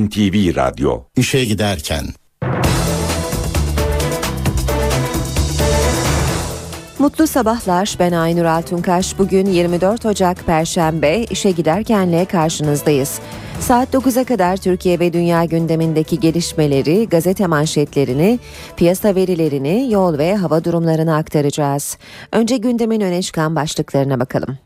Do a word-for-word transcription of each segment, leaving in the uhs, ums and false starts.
N T V Radyo. İşe giderken. Mutlu sabahlar, ben Aynur Altunkaş. Bugün yirmi dört Ocak Perşembe, işe giderkenle karşınızdayız. Saat dokuza kadar Türkiye ve dünya gündemindeki gelişmeleri, gazete manşetlerini, piyasa verilerini, yol ve hava durumlarını aktaracağız. Önce gündemin öne çıkan başlıklarına bakalım.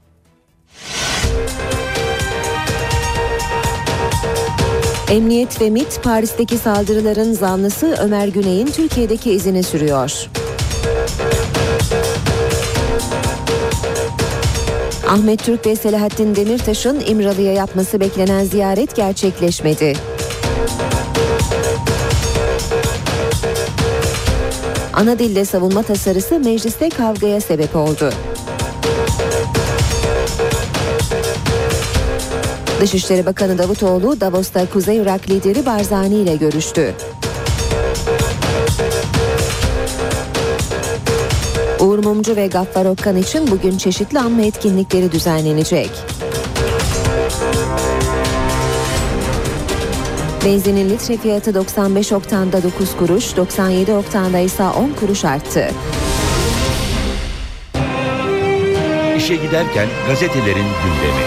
Emniyet ve MİT, Paris'teki saldırıların zanlısı Ömer Güney'in Türkiye'deki izini sürüyor. Ahmet Türk ve Selahattin Demirtaş'ın İmralı'ya yapması beklenen ziyaret gerçekleşmedi. Ana dilde savunma tasarısı mecliste kavgaya sebep oldu. Dışişleri Bakanı Davutoğlu, Davos'ta Kuzey Irak lideri Barzani ile görüştü. Uğur Mumcu ve Gaffar Okkan için bugün çeşitli anma etkinlikleri düzenlenecek. Benzinin litre fiyatı doksan beş oktanda dokuz kuruş, doksan yedi oktanda ise on kuruş arttı. İşe giderken gazetelerin gündemi.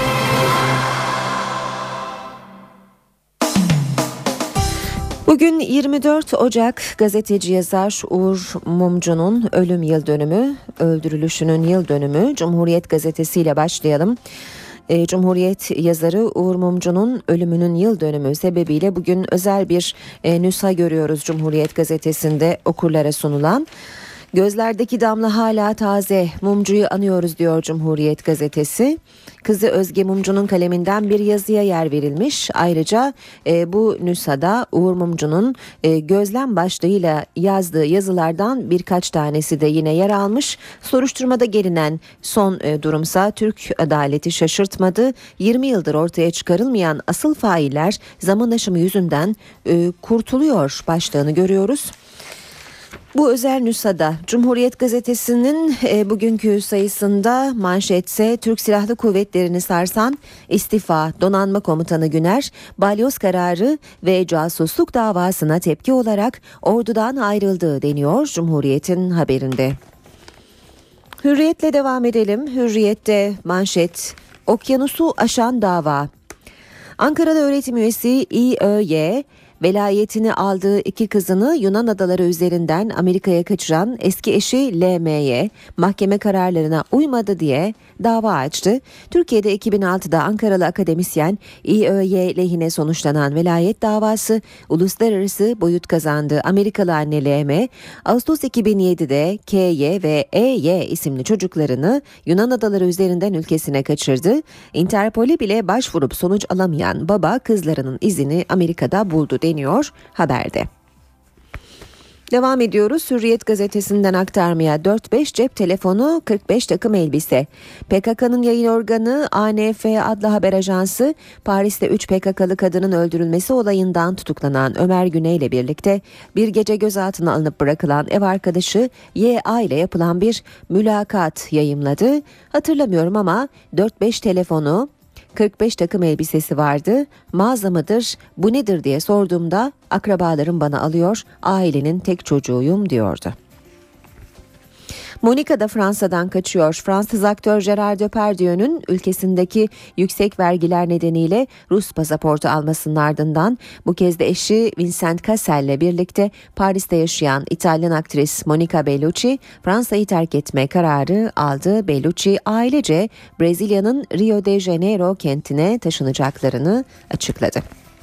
Bugün yirmi dört Ocak, gazeteci yazar Uğur Mumcu'nun ölüm yıl dönümü, öldürülüşünün yıl dönümü. Cumhuriyet gazetesiyle başlayalım. E, Cumhuriyet yazarı Uğur Mumcu'nun ölümünün yıl dönümü sebebiyle bugün özel bir e, nüsha görüyoruz Cumhuriyet gazetesinde okurlara sunulan. Gözlerdeki damla hala taze, Mumcu'yu anıyoruz diyor Cumhuriyet gazetesi. Kızı Özge Mumcu'nun kaleminden bir yazıya yer verilmiş. Ayrıca e, bu nüshada Uğur Mumcu'nun e, gözlem başlığıyla yazdığı yazılardan birkaç tanesi de yine yer almış. Soruşturmada gelinen son e, durumsa Türk adaleti şaşırtmadı. yirmi yıldır ortaya çıkarılmayan asıl failler zaman aşımı yüzünden e, kurtuluyor başlığını görüyoruz. Bu özel nüshada Cumhuriyet Gazetesi'nin e, bugünkü sayısında manşetse Türk Silahlı Kuvvetleri'ni sarsan istifa, Donanma Komutanı Güner, balyoz kararı ve casusluk davasına tepki olarak ordudan ayrıldı deniyor Cumhuriyet'in haberinde. Hürriyet'le devam edelim. Hürriyet'te manşet okyanusu aşan dava. Ankara'da öğretim üyesi İ Ö Y velayetini aldığı iki kızını Yunan adaları üzerinden Amerika'ya kaçıran eski eşi L M'ye mahkeme kararlarına uymadı diye dava açtı. Türkiye'de iki bin altıda Ankaralı akademisyen İ Ö Y lehine sonuçlanan velayet davası uluslararası boyut kazandı. Amerikalı anne L M, Ağustos iki bin yedide K Y ve E Y isimli çocuklarını Yunan adaları üzerinden ülkesine kaçırdı. Interpol'e bile başvurup sonuç alamayan baba kızlarının izini Amerika'da buldu deniyor haberde. Devam ediyoruz. Hürriyet gazetesinden aktarmaya dört beş cep telefonu, kırk beş takım elbise. P K K'nın yayın organı A N F adlı haber ajansı Paris'te üç P K K'lı kadının öldürülmesi olayından tutuklanan Ömer Güney ile birlikte bir gece gözaltına alınıp bırakılan ev arkadaşı Y A ile yapılan bir mülakat yayımladı. Hatırlamıyorum ama dört beş telefonu, kırk beş takım elbisesi vardı. Mağaza mıdır, bu nedir diye sorduğumda akrabalarım bana alıyor, ailenin tek çocuğuyum diyordu. Monika da Fransa'dan kaçıyor. Fransız aktör Gerard Depardieu'nun ülkesindeki yüksek vergiler nedeniyle Rus pasaportu almasının ardından bu kez de eşi Vincent Cassel ile birlikte Paris'te yaşayan İtalyan aktris Monica Bellucci Fransa'yı terk etme kararı aldı. Bellucci ailece Brezilya'nın Rio de Janeiro kentine taşınacaklarını açıkladı.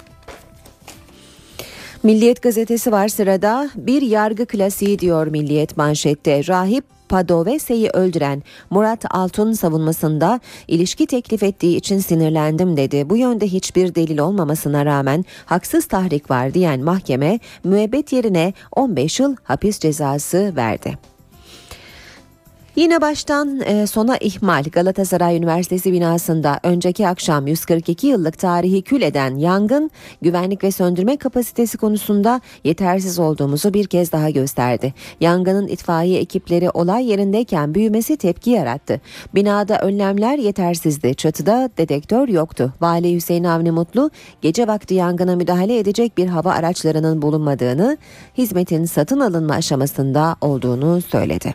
Milliyet gazetesi var sırada. Bir yargı klasiği diyor Milliyet manşette. Rahip Padovese'yi öldüren Murat Altun savunmasında ilişki teklif ettiği için sinirlendim dedi. Bu yönde hiçbir delil olmamasına rağmen haksız tahrik var diyen mahkeme müebbet yerine on beş yıl hapis cezası verdi. Yine baştan e, sona ihmal. Galatasaray Üniversitesi binasında önceki akşam yüz kırk iki yıllık tarihi kül eden yangın, güvenlik ve söndürme kapasitesi konusunda yetersiz olduğumuzu bir kez daha gösterdi. Yangının itfaiye ekipleri olay yerindeyken büyümesi tepki yarattı. Binada önlemler yetersizdi. Çatıda dedektör yoktu. Vali Hüseyin Avni Mutlu, gece vakti yangına müdahale edecek bir hava araçlarının bulunmadığını, hizmetin satın alınma aşamasında olduğunu söyledi.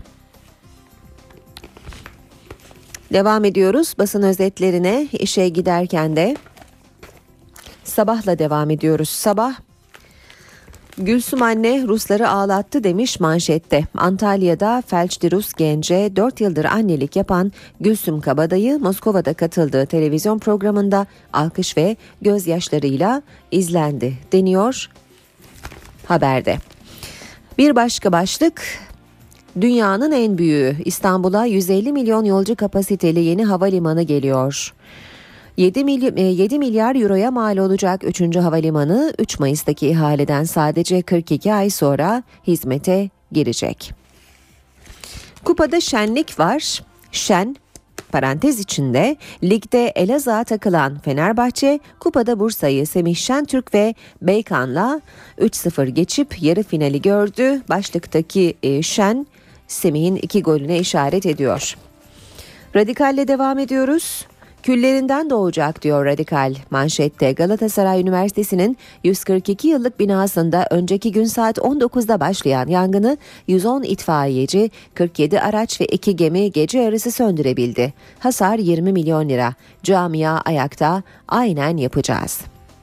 Devam ediyoruz basın özetlerine. İşe giderken de Sabah'la devam ediyoruz. Sabah, Gülsüm anne Rusları ağlattı demiş manşette. Antalya'da felçli Rus gence dört yıldır annelik yapan Gülsüm Kabadayı Moskova'da katıldığı televizyon programında alkış ve gözyaşlarıyla izlendi deniyor haberde. Bir başka başlık, dünyanın en büyüğü İstanbul'a yüz elli milyon yolcu kapasiteli yeni havalimanı geliyor. yedi milyar euroya mal olacak üçüncü havalimanı üç Mayıs'taki ihaleden sadece kırk iki ay sonra hizmete girecek. Kupada şenlik var. Şen, parantez içinde, ligde Elazığ'a takılan Fenerbahçe, kupada Bursa'yı Semih Şentürk ve Beykan'la üç sıfır geçip yarı finali gördü. Başlıktaki e, Şen, Semih'in iki golüne işaret ediyor. Radikalle devam ediyoruz. Küllerinden doğacak diyor Radikal manşette. Galatasaray Üniversitesi'nin yüz kırk iki yıllık binasında önceki gün saat on dokuzda başlayan yangını yüz on itfaiyeci, kırk yedi araç ve iki gemi gece yarısı söndürebildi. Hasar yirmi milyon lira. Camia ayakta, aynen yapacağız.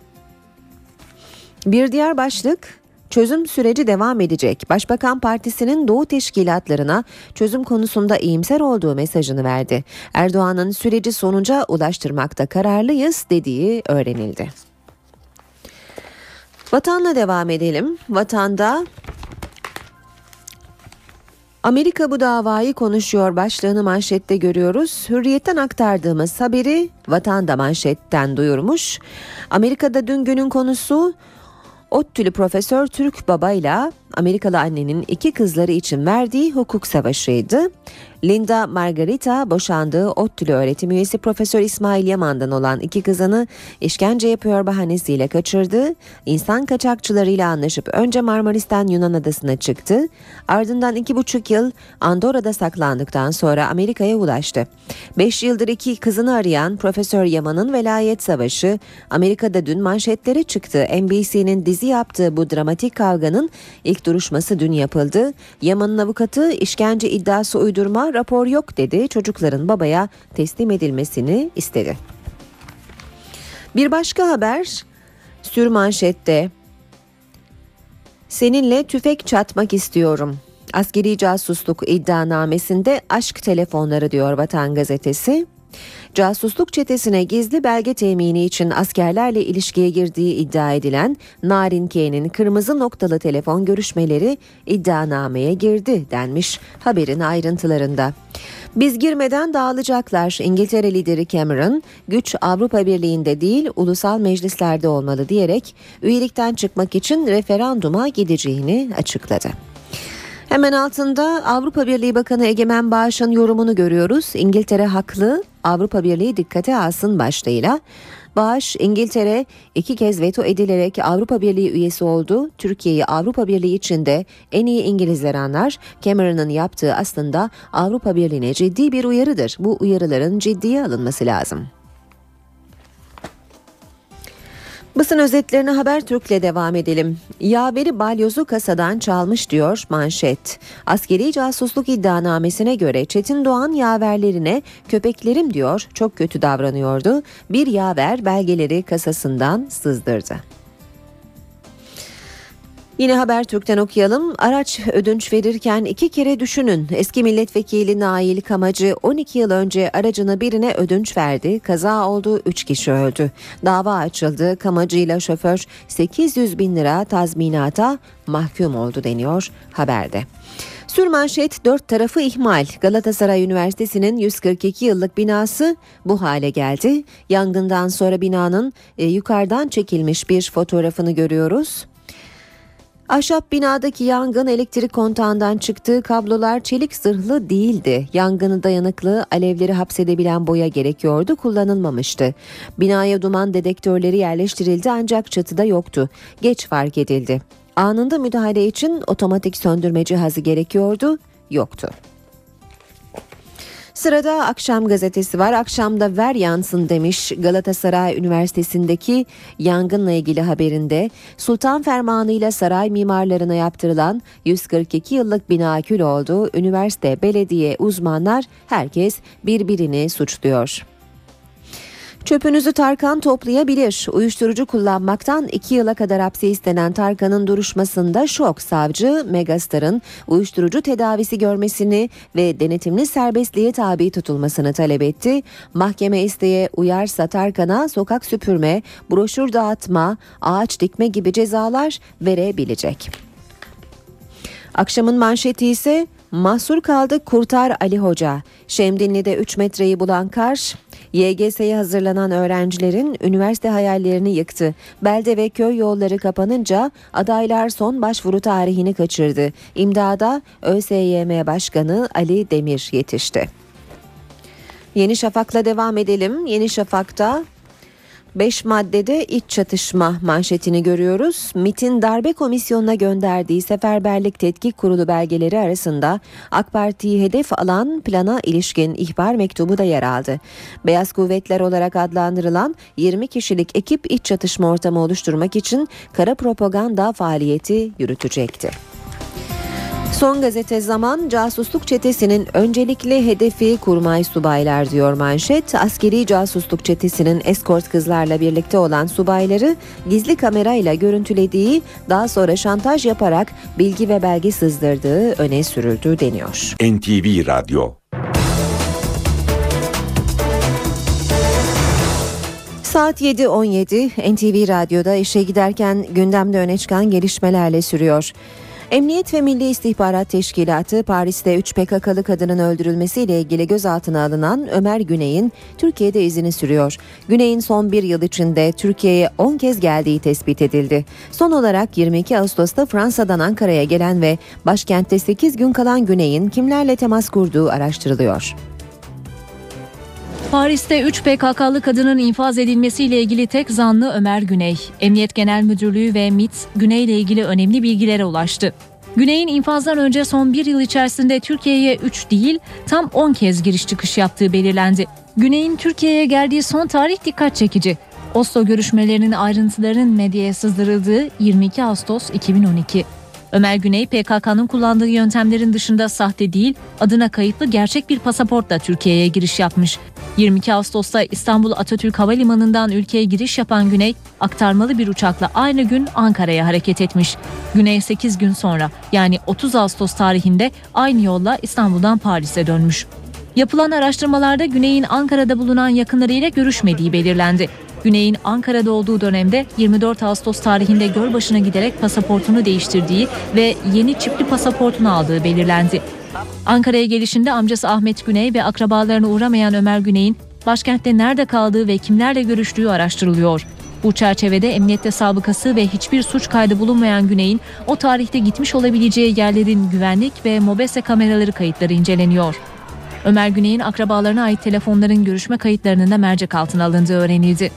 Bir diğer başlık, çözüm süreci devam edecek. Başbakan Partisi'nin Doğu teşkilatlarına çözüm konusunda iyimser olduğu mesajını verdi. Erdoğan'ın süreci sonuca ulaştırmakta kararlıyız dediği öğrenildi. Vatanla devam edelim. Vatanda Amerika bu davayı konuşuyor başlığını manşette görüyoruz. Hürriyet'ten aktardığımız haberi Vatan'da manşetten duyurmuş. Amerika'da dün günün konusu ODTÜ'lü Profesör Türk Baba ile Amerikalı annenin iki kızları için verdiği hukuk savaşıydı. Linda Margarita boşandığı ODTÜ'lü öğretim üyesi Profesör İsmail Yaman'dan olan iki kızını işkence yapıyor bahanesiyle kaçırdı. İnsan kaçakçılarıyla anlaşıp önce Marmaris'ten Yunan adasına çıktı. Ardından iki buçuk yıl Andorra'da saklandıktan sonra Amerika'ya ulaştı. Beş yıldır iki kızını arayan Profesör Yaman'ın velayet savaşı Amerika'da dün manşetlere çıktı. N B C'nin dizi yaptığı bu dramatik kavganın ilk duruşması dün yapıldı. Yaman'ın avukatı işkence iddiası uydurma, rapor yok dedi. Çocukların babaya teslim edilmesini istedi. Bir başka haber sürmanşette. Seninle tüfek çatmak istiyorum. Askeri casusluk iddianamesinde aşk telefonları diyor Vatan Gazetesi. Casusluk çetesine gizli belge temini için askerlerle ilişkiye girdiği iddia edilen Narin K'nin kırmızı noktalı telefon görüşmeleri iddianameye girdi denmiş haberin ayrıntılarında. Biz girmeden dağılacaklar. İngiltere lideri Cameron, güç Avrupa Birliği'nde değil ulusal meclislerde olmalı diyerek üyelikten çıkmak için referanduma gideceğini açıkladı. Hemen altında Avrupa Birliği Bakanı Egemen Bağış'ın yorumunu görüyoruz. İngiltere haklı, Avrupa Birliği dikkate alsın başlığıyla. Bağış, İngiltere iki kez veto edilerek Avrupa Birliği üyesi oldu. Türkiye'yi Avrupa Birliği içinde en iyi İngilizler anlar. Cameron'ın yaptığı aslında Avrupa Birliği'ne ciddi bir uyarıdır. Bu uyarıların ciddiye alınması lazım. Basın özetlerine Habertürk'le devam edelim. Yaveri balyozu kasadan çalmış diyor manşet. Askeri casusluk iddianamesine göre Çetin Doğan yaverlerine köpeklerim diyor çok kötü davranıyordu. Bir yaver belgeleri kasasından sızdırdı. Yine Habertürk'ten okuyalım. Araç ödünç verirken iki kere düşünün. Eski milletvekili Nail Kamacı on iki yıl önce aracını birine ödünç verdi. Kaza oldu, üç kişi öldü. Dava açıldı. Kamacı ile şoför sekiz yüz bin lira tazminata mahkum oldu deniyor haberde. Sürmanşet dört tarafı ihmal. Galatasaray Üniversitesi'nin yüz kırk iki yıllık binası bu hale geldi. Yangından sonra binanın e, yukarıdan çekilmiş bir fotoğrafını görüyoruz. Ahşap binadaki yangın elektrik kontağından çıktı. Kablolar çelik zırhlı değildi. Yangını dayanıklı, alevleri hapsedebilen boya gerekiyordu, kullanılmamıştı. Binaya duman dedektörleri yerleştirildi ancak çatıda yoktu. Geç fark edildi. Anında müdahale için otomatik söndürme cihazı gerekiyordu, yoktu. Sırada Akşam gazetesi var. Akşamda ver yansın demiş. Galatasaray Üniversitesi'ndeki yangınla ilgili haberinde sultan fermanıyla saray mimarlarına yaptırılan yüz kırk iki yıllık bina kül oldu. Üniversite, belediye, uzmanlar herkes birbirini suçluyor. Çöpünüzü Tarkan toplayabilir. Uyuşturucu kullanmaktan iki yıla kadar hapse istenen Tarkan'ın duruşmasında şok. Savcı, Megastar'ın uyuşturucu tedavisi görmesini ve denetimli serbestliğe tabi tutulmasını talep etti. Mahkeme isteğe uyarsa Tarkan'a sokak süpürme, broşür dağıtma, ağaç dikme gibi cezalar verebilecek. Akşamın manşeti ise mahsur kaldı kurtar Ali Hoca. Şemdinli'de üç metreyi bulan kar Y G S'ye hazırlanan öğrencilerin üniversite hayallerini yıktı. Belde ve köy yolları kapanınca adaylar son başvuru tarihini kaçırdı. İmdada ÖSYM Başkanı Ali Demir yetişti. Yeni Şafak'la devam edelim. Yeni Şafak'ta beş maddede iç çatışma manşetini görüyoruz. MİT'in darbe komisyonuna gönderdiği Seferberlik Tetkik Kurulu belgeleri arasında AK Parti'yi hedef alan plana ilişkin ihbar mektubu da yer aldı. Beyaz Kuvvetler olarak adlandırılan yirmi kişilik ekip iç çatışma ortamı oluşturmak için kara propaganda faaliyeti yürütecekti. Son gazete Zaman, casusluk çetesinin öncelikli hedefi kurmay subaylar diyor manşet. Askeri casusluk çetesinin eskort kızlarla birlikte olan subayları gizli kamerayla görüntülediği, daha sonra şantaj yaparak bilgi ve belge sızdırdığı öne sürüldü deniyor. N T V Radyo. Saat yedi on yedi N T V Radyo'da işe giderken gündemde öne çıkan gelişmelerle sürüyor. Emniyet ve Milli İstihbarat Teşkilatı Paris'te üç P K K'lı kadının öldürülmesiyle ilgili gözaltına alınan Ömer Güney'in Türkiye'de izini sürüyor. Güney'in son bir yıl içinde Türkiye'ye on kez geldiği tespit edildi. Son olarak yirmi iki Ağustos'ta Fransa'dan Ankara'ya gelen ve başkentte sekiz gün kalan Güney'in kimlerle temas kurduğu araştırılıyor. Paris'te üç P K K'lı kadının infaz edilmesiyle ilgili tek zanlı Ömer Güney. Emniyet Genel Müdürlüğü ve M İ T, Güney ile ilgili önemli bilgilere ulaştı. Güney'in infazdan önce son bir yıl içerisinde Türkiye'ye üç değil, tam on kez giriş çıkış yaptığı belirlendi. Güney'in Türkiye'ye geldiği son tarih dikkat çekici. Oslo görüşmelerinin ayrıntılarının medyaya sızdırıldığı yirmi iki Ağustos iki bin on iki. Ömer Güney, P K K'nın kullandığı yöntemlerin dışında sahte değil, adına kayıtlı gerçek bir pasaportla Türkiye'ye giriş yapmış. yirmi iki Ağustos'ta İstanbul Atatürk Havalimanı'ndan ülkeye giriş yapan Güney, aktarmalı bir uçakla aynı gün Ankara'ya hareket etmiş. Güney sekiz gün sonra, yani otuz Ağustos tarihinde aynı yolla İstanbul'dan Paris'e dönmüş. Yapılan araştırmalarda Güney'in Ankara'da bulunan yakınlarıyla görüşmediği belirlendi. Güney'in Ankara'da olduğu dönemde yirmi dört Ağustos tarihinde Gölbaşı'na giderek pasaportunu değiştirdiği ve yeni çipli pasaportunu aldığı belirlendi. Ankara'ya gelişinde amcası Ahmet Güney ve akrabalarına uğramayan Ömer Güney'in başkentte nerede kaldığı ve kimlerle görüştüğü araştırılıyor. Bu çerçevede emniyette sabıkası ve hiçbir suç kaydı bulunmayan Güney'in o tarihte gitmiş olabileceği yerlerin güvenlik ve mobese kameraları kayıtları inceleniyor. Ömer Güney'in akrabalarına ait telefonların görüşme kayıtlarının da mercek altına alındığı öğrenildi.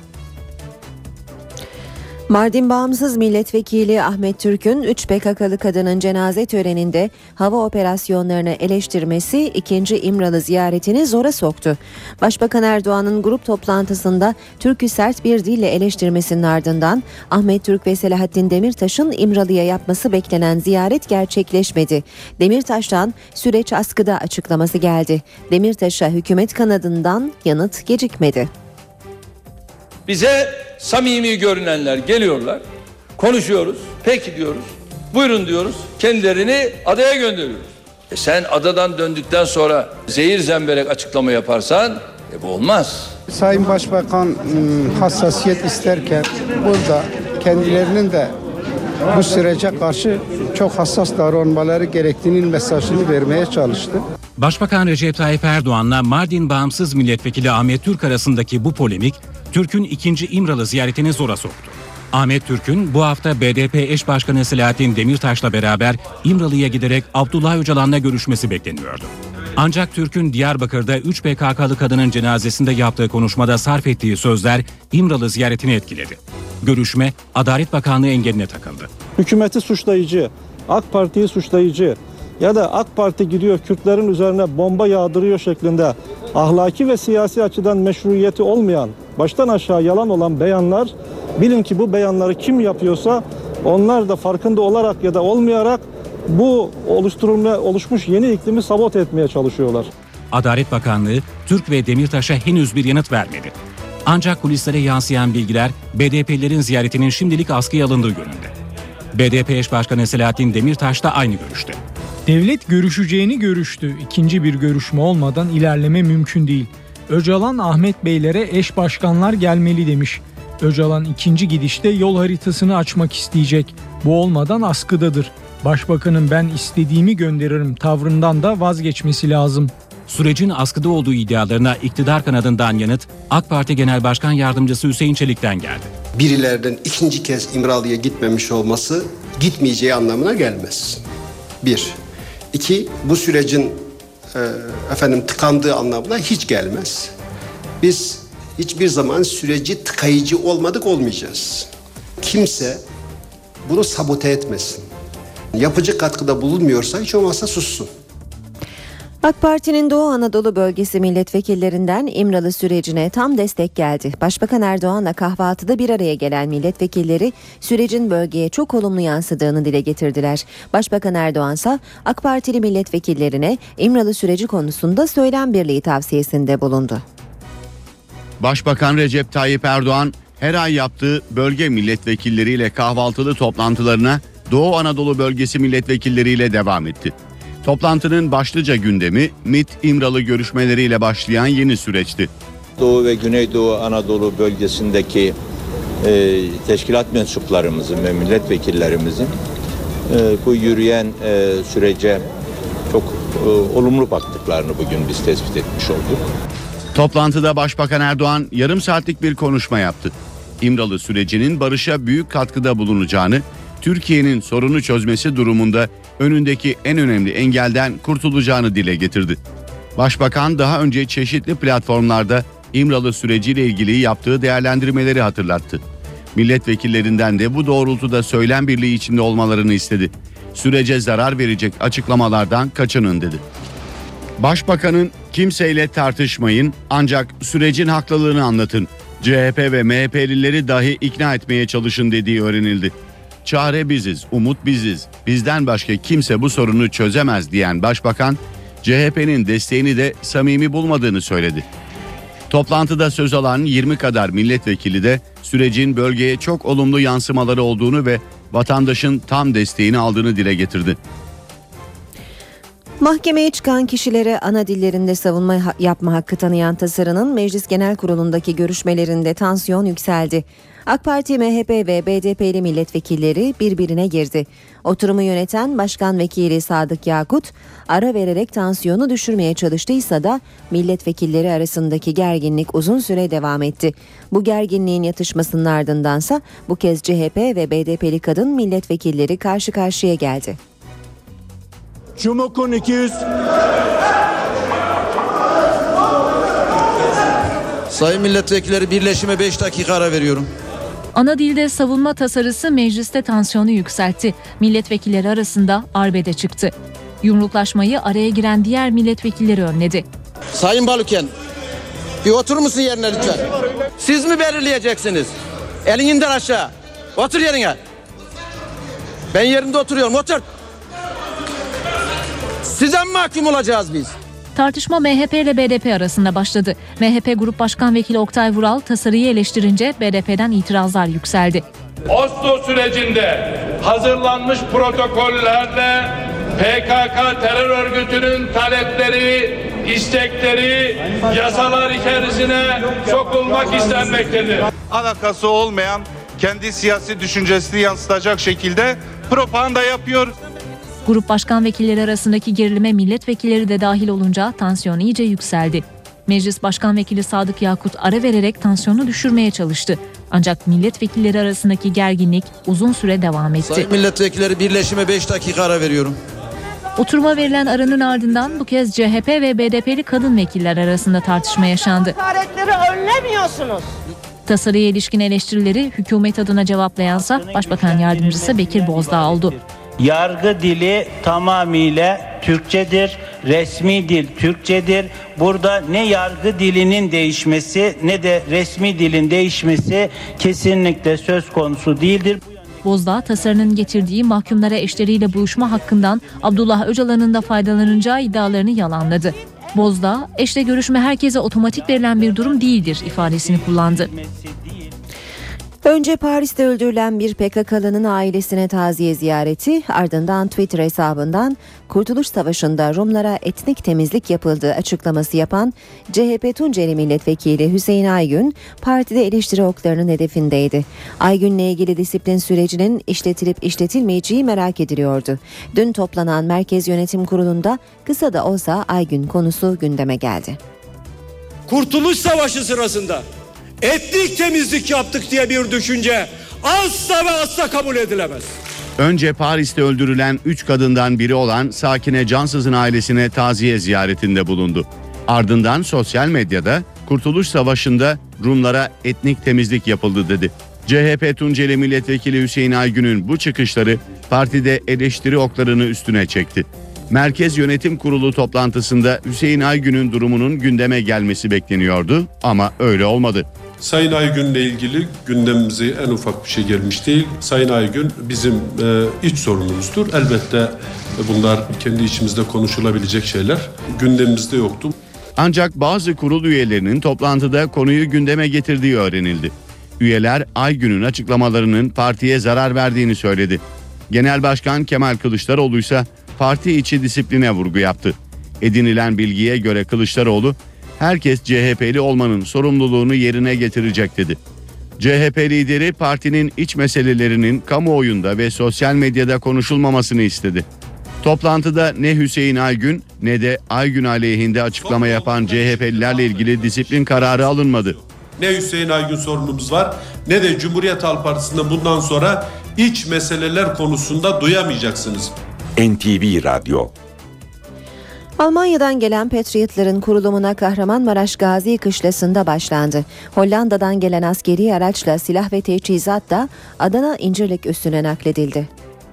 Mardin Bağımsız Milletvekili Ahmet Türk'ün üç P K K'lı kadının cenaze töreninde hava operasyonlarını eleştirmesi ikinci İmralı ziyaretini zora soktu. Başbakan Erdoğan'ın grup toplantısında Türk'ü sert bir dille eleştirmesinin ardından Ahmet Türk ve Selahattin Demirtaş'ın İmralı'ya yapması beklenen ziyaret gerçekleşmedi. Demirtaş'tan süreç askıda açıklaması geldi. Demirtaş'a hükümet kanadından yanıt gecikmedi. Bize samimi görünenler geliyorlar, konuşuyoruz, peki diyoruz, buyurun diyoruz, kendilerini adaya gönderiyoruz. E sen adadan döndükten sonra zehir zemberek açıklama yaparsan e bu olmaz. Sayın Başbakan hassasiyet isterken burada kendilerinin de bu sürece karşı çok hassas davranmaları gerektiğinin mesajını vermeye çalıştı. Başbakan Recep Tayyip Erdoğan'la Mardin Bağımsız Milletvekili Ahmet Türk arasındaki bu polemik, Türk'ün ikinci İmralı ziyaretini zora soktu. Ahmet Türk'ün bu hafta B D P eş başkanı Selahattin Demirtaş'la beraber İmralı'ya giderek Abdullah Öcalan'la görüşmesi bekleniyordu. Ancak Türk'ün Diyarbakır'da üç P K K'lı kadının cenazesinde yaptığı konuşmada sarf ettiği sözler İmralı ziyaretini etkiledi. Görüşme Adalet Bakanlığı engeline takıldı. Hükümeti suçlayıcı, AK Parti'yi suçlayıcı ya da AK Parti gidiyor Kürtlerin üzerine bomba yağdırıyor şeklinde ahlaki ve siyasi açıdan meşruiyeti olmayan, baştan aşağı yalan olan beyanlar, bilin ki bu beyanları kim yapıyorsa onlar da farkında olarak ya da olmayarak bu oluşturulma, oluşmuş yeni iklimi sabote etmeye çalışıyorlar. Adalet Bakanlığı Türk ve Demirtaş'a henüz bir yanıt vermedi. Ancak kulislere yansıyan bilgiler B D P'lilerin ziyaretinin şimdilik askıya alındığı yönünde. B D P eş başkanı Selahattin Demirtaş da aynı görüşte. Devlet görüşeceğini görüştü. İkinci bir görüşme olmadan ilerleme mümkün değil. Öcalan Ahmet Beylere eş başkanlar gelmeli demiş. Öcalan ikinci gidişte yol haritasını açmak isteyecek. Bu olmadan askıdadır. Başbakanın ben istediğimi gönderirim tavrından da vazgeçmesi lazım. Sürecin askıda olduğu iddialarına iktidar kanadından yanıt AK Parti Genel Başkan Yardımcısı Hüseyin Çelik'ten geldi. Birilerden ikinci kez İmralı'ya gitmemiş olması gitmeyeceği anlamına gelmez. Bir. İki, bu sürecin e, efendim tıkandığı anlamına hiç gelmez. Biz hiçbir zaman süreci tıkayıcı olmadık, olmayacağız. Kimse bunu sabote etmesin. Yapıcı katkıda bulunmuyorsa hiç olmazsa sussun. AK Parti'nin Doğu Anadolu bölgesi milletvekillerinden İmralı sürecine tam destek geldi. Başbakan Erdoğan'la kahvaltıda bir araya gelen milletvekilleri sürecin bölgeye çok olumlu yansıdığını dile getirdiler. Başbakan Erdoğan ise AK Partili milletvekillerine İmralı süreci konusunda söylem birliği tavsiyesinde bulundu. Başbakan Recep Tayyip Erdoğan her ay yaptığı bölge milletvekilleriyle kahvaltılı toplantılarına Doğu Anadolu bölgesi milletvekilleriyle devam etti. Toplantının başlıca gündemi MİT İmralı görüşmeleriyle başlayan yeni süreçti. Doğu ve Güneydoğu Anadolu bölgesindeki e, teşkilat mensuplarımızın ve milletvekillerimizin e, bu yürüyen e, sürece çok e, olumlu baktıklarını bugün biz tespit etmiş olduk. Toplantıda Başbakan Erdoğan yarım saatlik bir konuşma yaptı. İmralı sürecinin barışa büyük katkıda bulunacağını, Türkiye'nin sorunu çözmesi durumunda önündeki en önemli engelden kurtulacağını dile getirdi. Başbakan daha önce çeşitli platformlarda İmralı süreciyle ilgili yaptığı değerlendirmeleri hatırlattı. Milletvekillerinden de bu doğrultuda söylem birliği içinde olmalarını istedi. Sürece zarar verecek açıklamalardan kaçının dedi. Başbakanın kimseyle tartışmayın ancak sürecin haklılığını anlatın, C H P ve M H P'lileri dahi ikna etmeye çalışın dediği öğrenildi. Çare biziz, umut biziz, bizden başka kimse bu sorunu çözemez diyen Başbakan, C H P'nin desteğini de samimi bulmadığını söyledi. Toplantıda söz alan yirmi kadar milletvekili de sürecin bölgeye çok olumlu yansımaları olduğunu ve vatandaşın tam desteğini aldığını dile getirdi. Mahkemeye çıkan kişilere ana dillerinde savunma yapma hakkı tanıyan tasarının Meclis Genel Kurulu'ndaki görüşmelerinde tansiyon yükseldi. AK Parti, M H P ve B D P'li milletvekilleri birbirine girdi. Oturumu yöneten Başkan Vekili Sadık Yakut ara vererek tansiyonu düşürmeye çalıştıysa da milletvekilleri arasındaki gerginlik uzun süre devam etti. Bu gerginliğin yatışmasının ardındansa bu kez C H P ve B D P'li kadın milletvekilleri karşı karşıya geldi. Cumhurkun iki yüz. Sayın milletvekilleri, birleşime beş dakika ara veriyorum. Ana dilde savunma tasarısı mecliste tansiyonu yükseltti. Milletvekilleri arasında arbede çıktı. Yumruklaşmayı araya giren diğer milletvekilleri önledi. Sayın Baluken, bir oturur musun yerine lütfen? Siz mi belirleyeceksiniz? Elin indir aşağı. Otur yerine. Ben yerimde oturuyorum, otur. Size mi mahkum olacağız biz? Tartışma M H P ile B D P arasında başladı. M H P Grup Başkan Vekili Oktay Vural tasarıyı eleştirince B D P'den itirazlar yükseldi. Oslo sürecinde hazırlanmış protokollerde P K K terör örgütünün talepleri, istekleri yasalar içerisine sokulmak istenmektedir. Alakası olmayan, kendi siyasi düşüncesini yansıtacak şekilde propaganda yapıyor. Grup başkan vekilleri arasındaki gerilime milletvekilleri de dahil olunca tansiyon iyice yükseldi. Meclis Başkan Vekili Sadık Yakut ara vererek tansiyonu düşürmeye çalıştı. Ancak milletvekilleri arasındaki gerginlik uzun süre devam etti. Sayın milletvekilleri, birleşime beş dakika ara veriyorum. Oturuma verilen aranın ardından bu kez C H P ve B D P'li kadın vekiller arasında tartışma yaşandı. Hakaretleri önlemiyorsunuz. Tasarıya ilişkin eleştirileri hükümet adına cevaplayansa Başbakan Yardımcısı Bekir Bozdağ oldu. Yargı dili tamamıyla Türkçedir, resmi dil Türkçedir. Burada ne yargı dilinin değişmesi ne de resmi dilin değişmesi kesinlikle söz konusu değildir. Bozdağ, tasarının getirdiği mahkumlara eşleriyle buluşma hakkından Abdullah Öcalan'ın da faydalanacağı iddialarını yalanladı. Bozdağ, eşle görüşme herkese otomatik verilen bir durum değildir ifadesini kullandı. Önce Paris'te öldürülen bir P K K'lının ailesine taziye ziyareti, ardından Twitter hesabından Kurtuluş Savaşı'nda Rumlara etnik temizlik yapıldığı açıklaması yapan C H P Tunceli Milletvekili Hüseyin Aygün, partide eleştiri oklarının hedefindeydi. Aygün'le ilgili disiplin sürecinin işletilip işletilmeyeceği merak ediliyordu. Dün toplanan Merkez Yönetim Kurulu'nda kısa da olsa Aygün konusu gündeme geldi. Kurtuluş Savaşı sırasında etnik temizlik yaptık diye bir düşünce asla ve asla kabul edilemez. Önce Paris'te öldürülen üç kadından biri olan Sakine Cansız'ın ailesine taziye ziyaretinde bulundu. Ardından sosyal medyada Kurtuluş Savaşı'nda Rumlara etnik temizlik yapıldı dedi. C H P Tunceli Milletvekili Hüseyin Aygün'ün bu çıkışları partide eleştiri oklarını üstüne çekti. Merkez Yönetim Kurulu toplantısında Hüseyin Aygün'ün durumunun gündeme gelmesi bekleniyordu ama öyle olmadı. Sayın Aygün'le ilgili gündemimize en ufak bir şey gelmiş değil. Sayın Aygün bizim e, iç sorunumuzdur. Elbette bunlar kendi içimizde konuşulabilecek şeyler. Gündemimizde yoktu. Ancak bazı kurul üyelerinin toplantıda konuyu gündeme getirdiği öğrenildi. Üyeler Aygün'ün açıklamalarının partiye zarar verdiğini söyledi. Genel Başkan Kemal Kılıçdaroğlu ise parti içi disipline vurgu yaptı. Edinilen bilgiye göre Kılıçdaroğlu, herkes C H P'li olmanın sorumluluğunu yerine getirecek dedi. C H P lideri partinin iç meselelerinin kamuoyunda ve sosyal medyada konuşulmamasını istedi. Toplantıda ne Hüseyin Aygün ne de Aygün aleyhinde açıklama yapan C H P'lilerle ilgili disiplin kararı alınmadı. Ne Hüseyin Aygün sorunumuz var ne de Cumhuriyet Halk Partisi'nde bundan sonra iç meseleler konusunda duyamayacaksınız. N T V Radyo. Almanya'dan gelen Patriotların kurulumuna Kahramanmaraş Gazi Kışlası'nda başlandı. Hollanda'dan gelen askeri araçla silah ve teçhizat da Adana İncirlik üssüne nakledildi.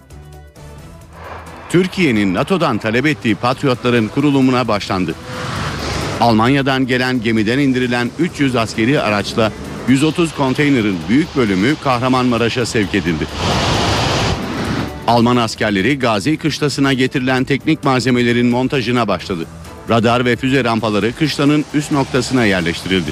Türkiye'nin NATO'dan talep ettiği Patriotların kurulumuna başlandı. Almanya'dan gelen gemiden indirilen üç yüz askeri araçla yüz otuz konteynerin büyük bölümü Kahramanmaraş'a sevk edildi. Alman askerleri Gazi Kışlası'na getirilen teknik malzemelerin montajına başladı. Radar ve füze rampaları kışlanın üst noktasına yerleştirildi.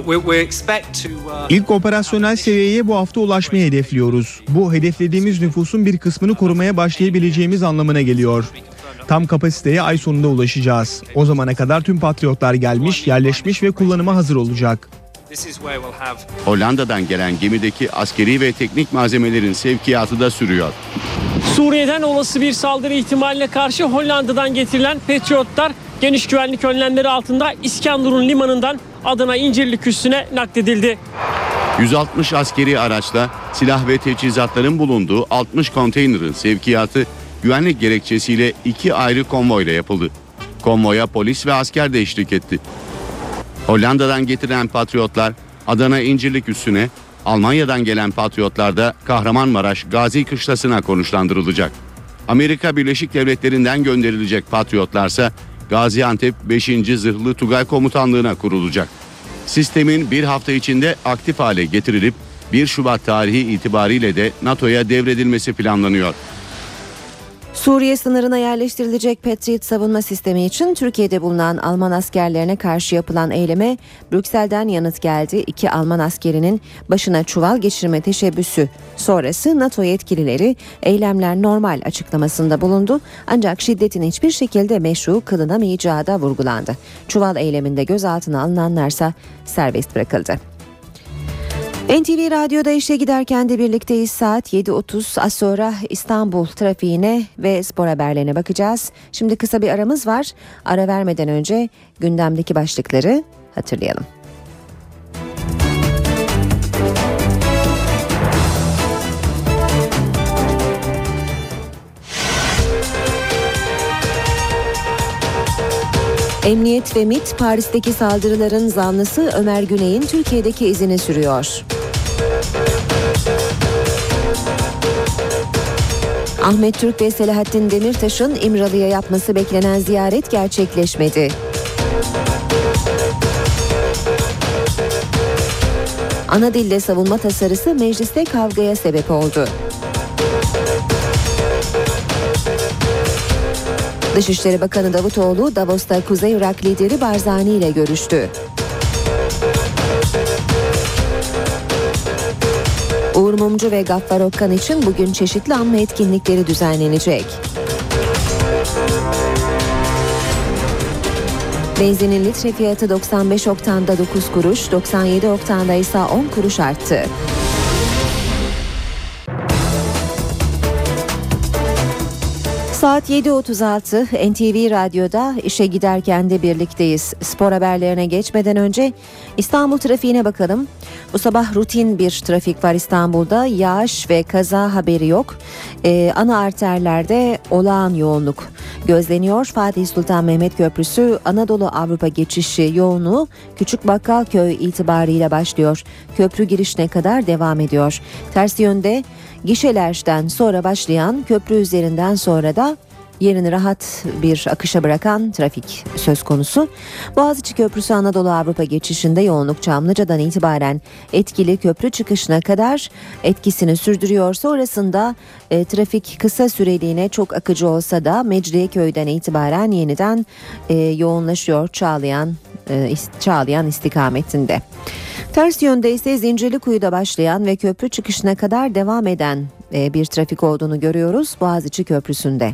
İlk operasyonel seviyeye bu hafta ulaşmayı hedefliyoruz. Bu hedeflediğimiz nüfusun bir kısmını korumaya başlayabileceğimiz anlamına geliyor. Tam kapasiteye ay sonunda ulaşacağız. O zamana kadar tüm patriotlar gelmiş, yerleşmiş ve kullanıma hazır olacak. Hollanda'dan gelen gemideki askeri ve teknik malzemelerin sevkiyatı da sürüyor. Suriye'den olası bir saldırı ihtimaline karşı Hollanda'dan getirilen Patriotlar geniş güvenlik önlemleri altında İskenderun limanından Adana İncirlik üssüne nakledildi. yüz altmış askeri araçla silah ve teçhizatların bulunduğu altmış konteynerin sevkiyatı güvenlik gerekçesiyle iki ayrı konvoyla yapıldı. Konvoya polis ve asker de eşlik etti. Hollanda'dan getirilen Patriotlar Adana İncirlik üssüne, Almanya'dan gelen Patriotlar da Kahramanmaraş Gazi Kışlası'na konuşlandırılacak. Amerika Birleşik Devletleri'nden gönderilecek Patriotlarsa Gaziantep beşinci Zırhlı Tugay Komutanlığı'na kurulacak. Sistemin bir hafta içinde aktif hale getirilip bir Şubat tarihi itibariyle de NATO'ya devredilmesi planlanıyor. Suriye sınırına yerleştirilecek Patriot savunma sistemi için Türkiye'de bulunan Alman askerlerine karşı yapılan eyleme Brüksel'den yanıt geldi. İki Alman askerinin başına çuval geçirme teşebbüsü sonrası NATO yetkilileri eylemler normal açıklamasında bulundu. Ancak şiddetin hiçbir şekilde meşru kılınamayacağı da vurgulandı. Çuval eyleminde gözaltına alınanlarsa serbest bırakıldı. N T V Radyo'da işe giderken de birlikteyiz. Saat yedi otuz. Az sonra İstanbul trafiğine ve spor haberlerine bakacağız. Şimdi kısa bir aramız var. Ara vermeden önce gündemdeki başlıkları hatırlayalım. Emniyet ve MİT Paris'teki saldırıların zanlısı Ömer Güney'in Türkiye'deki izini sürüyor. Ahmet Türk ve Selahattin Demirtaş'ın İmralı'ya yapması beklenen ziyaret gerçekleşmedi. Ana dilde savunma tasarısı mecliste kavgaya sebep oldu. Dışişleri Bakanı Davutoğlu, Davos'ta Kuzey Irak lideri Barzani ile görüştü. Uğur Mumcu ve Gaffar Okkan için bugün çeşitli anma etkinlikleri düzenlenecek. Benzinin litre fiyatı doksan beş oktanda dokuz kuruş, doksan yedi oktanda ise on kuruş arttı. Saat yedi otuz altı N T V Radyo'da işe giderken de birlikteyiz. Spor haberlerine geçmeden önce İstanbul trafiğine bakalım. Bu sabah rutin bir trafik var İstanbul'da. Yağış ve kaza haberi yok. Ee, ana arterlerde olağan yoğunluk gözleniyor. Fatih Sultan Mehmet Köprüsü Anadolu Avrupa geçişi yoğunluğu Küçükbakkalköy itibariyle başlıyor. Köprü girişine kadar devam ediyor. Ters yönde gişelerden sonra başlayan köprü üzerinden sonra da yerini rahat bir akışa bırakan trafik söz konusu. Boğaziçi Köprüsü Anadolu Avrupa geçişinde yoğunluk Çamlıca'dan itibaren etkili köprü çıkışına kadar etkisini sürdürüyor. Sonrasında e, trafik kısa süreliğine çok akıcı olsa da Mecidiyeköy'den itibaren yeniden e, yoğunlaşıyor Çağlayan, e, Çağlayan istikametinde. Ters yönde ise Zincirlikuyu'da başlayan ve köprü çıkışına kadar devam eden e, bir trafik olduğunu görüyoruz Boğaziçi Köprüsü'nde.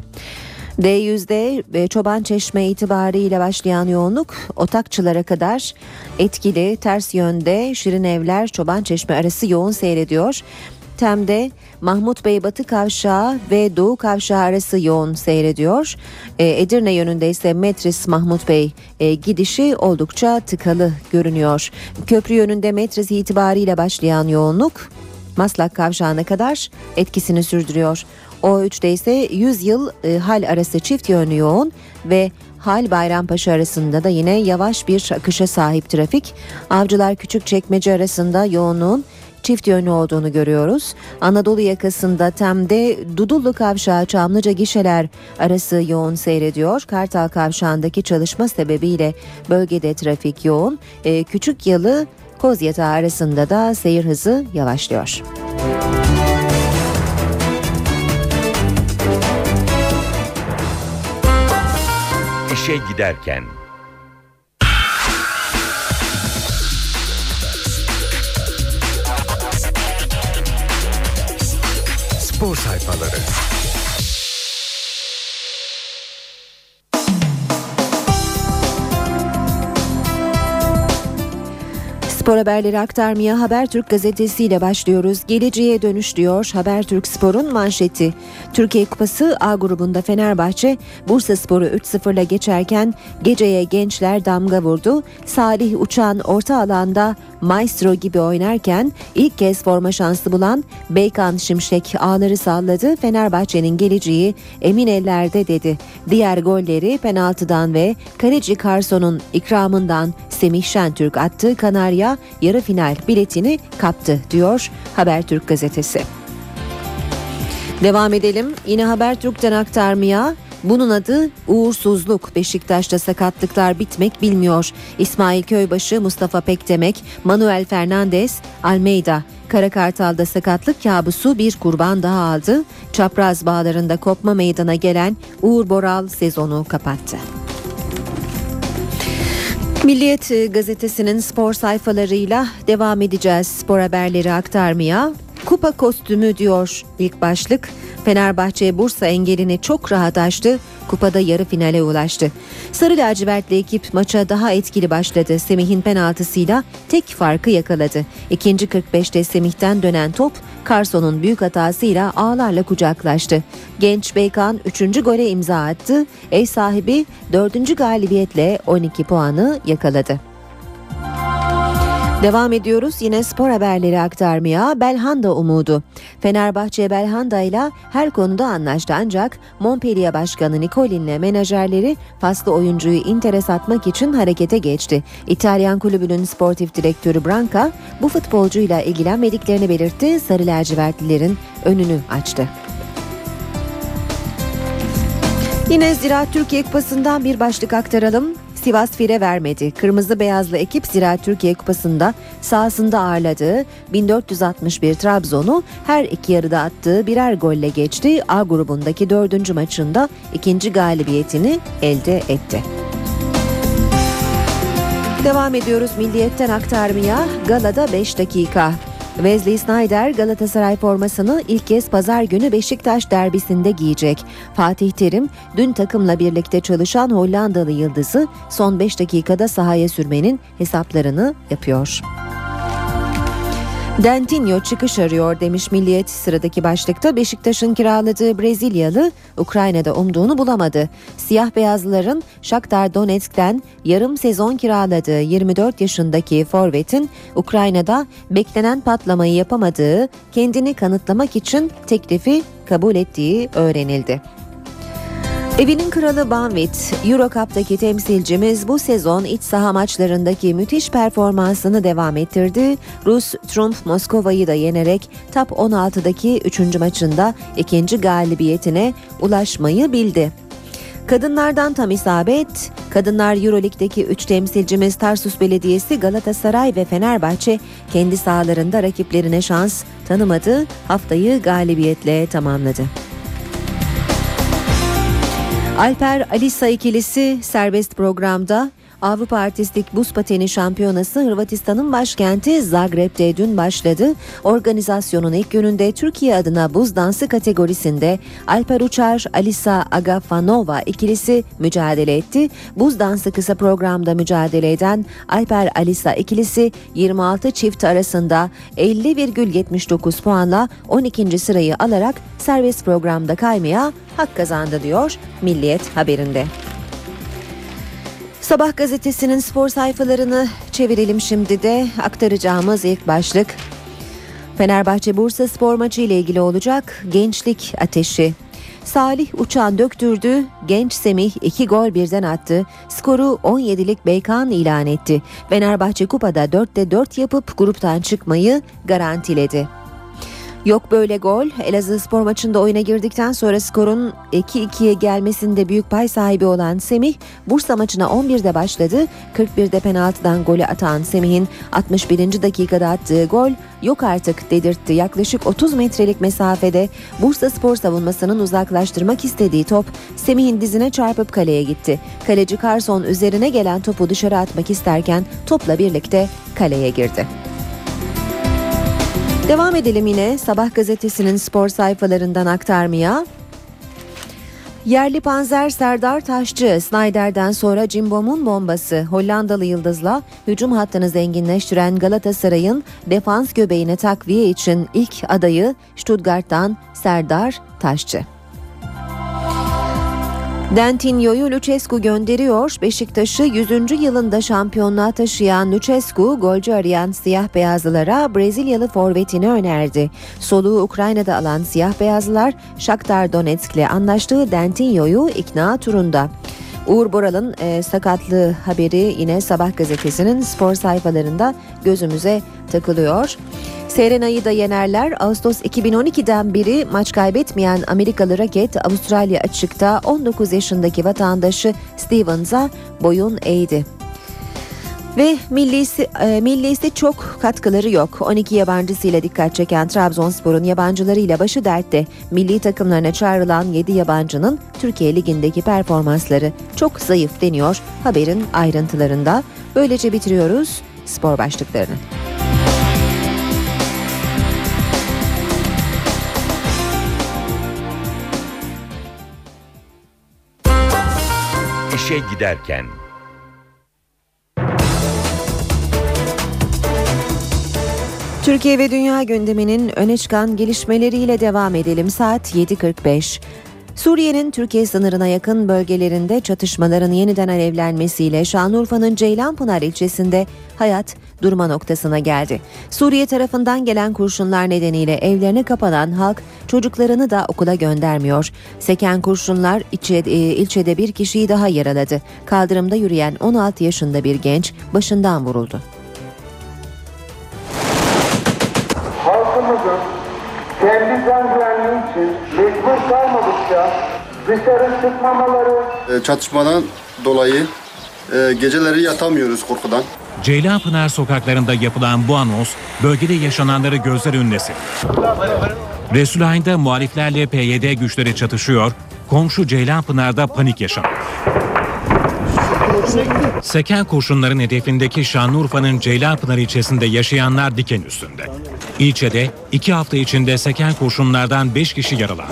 D yüzde Çobançeşme itibariyle başlayan yoğunluk Otakçılara kadar etkili. Ters yönde Şirinevler Çobançeşme arası yoğun seyrediyor. Tem'de Mahmut Bey Batı Kavşağı ve Doğu Kavşağı arası yoğun seyrediyor. E, Edirne yönünde ise Metris Mahmut Bey e, gidişi oldukça tıkalı görünüyor. Köprü yönünde Metris itibariyle başlayan yoğunluk Maslak Kavşağı'na kadar etkisini sürdürüyor. O üçte ise yüz yıl e, Hal arası çift yönlü yoğun ve Hal Bayrampaşa arasında da yine yavaş bir akışa sahip trafik. Avcılar Küçükçekmece arasında yoğunluğun çift yönlü olduğunu görüyoruz. Anadolu yakasında Tem'de Dudullu Kavşağı Çamlıca gişeler arası yoğun seyrediyor. Kartal Kavşağı'ndaki çalışma sebebiyle bölgede trafik yoğun. E, Küçükyalı Kozyatağı arasında da seyir hızı yavaşlıyor. İşe giderken. Spor sayfaları. Spor haberleri aktarmaya Habertürk gazetesiyle başlıyoruz. Geleceğe dönüş diyor Habertürk Spor'un manşeti. Türkiye Kupası A grubunda Fenerbahçe Bursaspor'u üç sıfırla geçerken geceye gençler damga vurdu. Salih Uçan orta alanda maestro gibi oynarken ilk kez forma şansı bulan Beykan Şimşek ağları salladı. Fenerbahçe'nin geleceği emin ellerde dedi. Diğer golleri penaltıdan ve kaleci Carson'un ikramından Semih Şentürk attığı Kanarya yarı final biletini kaptı diyor Habertürk gazetesi. Devam edelim yine Habertürk'ten aktarmaya. Bunun adı uğursuzluk. Beşiktaş'ta sakatlıklar bitmek bilmiyor. İsmail Köybaşı, Mustafa Pekdemek, Manuel Fernandes, Almeida. Karakartal'da sakatlık kabusu bir kurban daha aldı. Çapraz bağlarında kopma meydana gelen Uğur Boral sezonu kapattı. Milliyet gazetesinin spor sayfalarıyla devam edeceğiz spor haberleri aktarmaya. Kupa kostümü diyor ilk başlık. Fenerbahçe Bursa engelini çok rahat aştı. Kupada yarı finale ulaştı. Sarı lacivertli ekip maça daha etkili başladı. Semih'in penaltısıyla tek farkı yakaladı. İkinci kırk beşte Semih'ten dönen top Carson'un büyük hatasıyla ağlarla kucaklaştı. Genç Beykan üçüncü gole imza attı. Ev sahibi dördüncü galibiyetle on iki puanı yakaladı. Devam ediyoruz yine spor haberleri aktarmaya. Belhanda umudu. Fenerbahçe Belhanda ile her konuda anlaştı ancak Montpellier Başkanı Nicolin'le menajerleri faslı oyuncuyu Inter'e satmak için harekete geçti. İtalyan kulübünün sportif direktörü Branca bu futbolcuyla ilgilenmediklerini belirtti. Sarı lacivertlilerin önünü açtı. Yine Ziraat Türkiye Kupası'ndan bir başlık aktaralım. Sivas fire vermedi. Kırmızı beyazlı ekip Ziraat Türkiye Kupası'nda sahasında ağırladığı bin dört yüz altmış bir Trabzon'u her iki yarıda attığı birer golle geçti. A grubundaki dördüncü maçında ikinci galibiyetini elde etti. Devam ediyoruz Milliyet'ten aktarmaya. Galada beş dakika. Wesley Sneijder Galatasaray formasını ilk kez pazar günü Beşiktaş derbisinde giyecek. Fatih Terim dün takımla birlikte çalışan Hollandalı yıldızı son beş dakikada sahaya sürmenin hesaplarını yapıyor. Dentinho çıkış arıyor demiş Milliyet sıradaki başlıkta. Beşiktaş'ın kiraladığı Brezilyalı Ukrayna'da umduğunu bulamadı. Siyah beyazlıların Shakhtar Donetsk'ten yarım sezon kiraladığı yirmi dört yaşındaki forvetin Ukrayna'da beklenen patlamayı yapamadığı, kendini kanıtlamak için teklifi kabul ettiği öğrenildi. Evinin kralı Banvit, Euro Cup'taki temsilcimiz bu sezon iç saha maçlarındaki müthiş performansını devam ettirdi. Rus Trump Moskova'yı da yenerek Top on altıdaki üçüncü maçında ikinci galibiyetine ulaşmayı bildi. Kadınlardan tam isabet. Kadınlar Euroleague'deki üç temsilcimiz Tarsus Belediyesi, Galatasaray ve Fenerbahçe kendi sahalarında rakiplerine şans tanımadı. Haftayı galibiyetle tamamladı. Alper Alisa ikilisi serbest programda Avrupa Artistik Buz Pateni Şampiyonası Hırvatistan'ın başkenti Zagreb'de dün başladı. Organizasyonun ilk gününde Türkiye adına buz dansı kategorisinde Alper Uçar, Alisa Agafanova ikilisi mücadele etti. Buz dansı kısa programda mücadele eden Alper Alisa ikilisi yirmi altı çift arasında elli virgül yetmiş dokuz puanla on ikinci sırayı alarak serbest programda kaymaya hak kazandı diyor Milliyet haberinde. Sabah gazetesinin spor sayfalarını çevirelim şimdi de. Aktaracağımız ilk başlık Fenerbahçe Bursa spor maçı ile ilgili olacak. Gençlik ateşi. Salih Uçan döktürdü. Genç Semih iki gol birden attı. Skoru on yedilik Beykan ilan etti. Fenerbahçe kupada dörtte dört yapıp gruptan çıkmayı garantiledi. Yok böyle gol. Elazığspor maçında oyuna girdikten sonra skorun iki ikiye gelmesinde büyük pay sahibi olan Semih, Bursa maçına on birde başladı. kırk birde penaltıdan golü atan Semih'in altmış birinci dakikada attığı gol yok artık dedirtti. Yaklaşık otuz metrelik mesafede Bursaspor savunmasının uzaklaştırmak istediği top Semih'in dizine çarpıp kaleye gitti. Kaleci Carson üzerine gelen topu dışarı atmak isterken topla birlikte kaleye girdi. Devam edelim yine Sabah gazetesinin spor sayfalarından aktarmaya. Yerli panzer Serdar Taşçı, Sneijder'den sonra Cimbom'un bombası. Hollandalı yıldızla hücum hattını zenginleştiren Galatasaray'ın defans göbeğine takviye için ilk adayı Stuttgart'tan Serdar Taşçı. Dentinho'yu Lucescu gönderiyor. Beşiktaş'ı yüzüncü yılında şampiyonluğa taşıyan Lucescu, golcü arayan siyah beyazlılara Brezilyalı forvetini önerdi. Soluğu Ukrayna'da alan siyah beyazlılar Shakhtar Donetsk'le anlaştığı Dentinho'yu ikna turunda. Uğur Boral'ın e, sakatlığı haberi yine Sabah gazetesinin spor sayfalarında gözümüze takılıyor. Serena'yı da yenerler. Ağustos iki bin on ikiden beri maç kaybetmeyen Amerikalı raket Avustralya açıkta on dokuz yaşındaki vatandaşı Stevens'a boyun eğdi. Ve millisi, e, millisi çok katkıları yok. on iki yabancısıyla dikkat çeken Trabzonspor'un yabancılarıyla başı dertte. Milli takımlarına çağrılan yedi yabancının Türkiye Ligi'ndeki performansları çok zayıf deniyor haberin ayrıntılarında. Böylece bitiriyoruz spor başlıklarını. İşe giderken. Türkiye ve dünya gündeminin öne çıkan gelişmeleriyle devam edelim. Saat yedi kırk beş. Suriye'nin Türkiye sınırına yakın bölgelerinde çatışmaların yeniden alevlenmesiyle Şanlıurfa'nın Ceylanpınar ilçesinde hayat durma noktasına geldi. Suriye tarafından gelen kurşunlar nedeniyle evlerine kapanan halk çocuklarını da okula göndermiyor. Seken kurşunlar ilçe, ilçede bir kişiyi daha yaraladı. Kaldırımda yürüyen on altı yaşında bir genç başından vuruldu. Halkımızın kendi can güvenliği için mecbur kalmadıkça dışarı çıkmamaları... Çatışmadan dolayı e, geceleri yatamıyoruz korkudan. Ceylanpınar sokaklarında yapılan bu anons bölgede yaşananları gözler önüne seriyor. Resulayn'da muhaliflerle P Y D güçleri çatışıyor, komşu Ceylanpınar'da panik yaşanıyor. Seken kurşunların hedefindeki Şanlıurfa'nın Ceylanpınar ilçesinde yaşayanlar diken üstünde. İlçede iki hafta içinde seken kurşunlardan beş kişi yaralandı.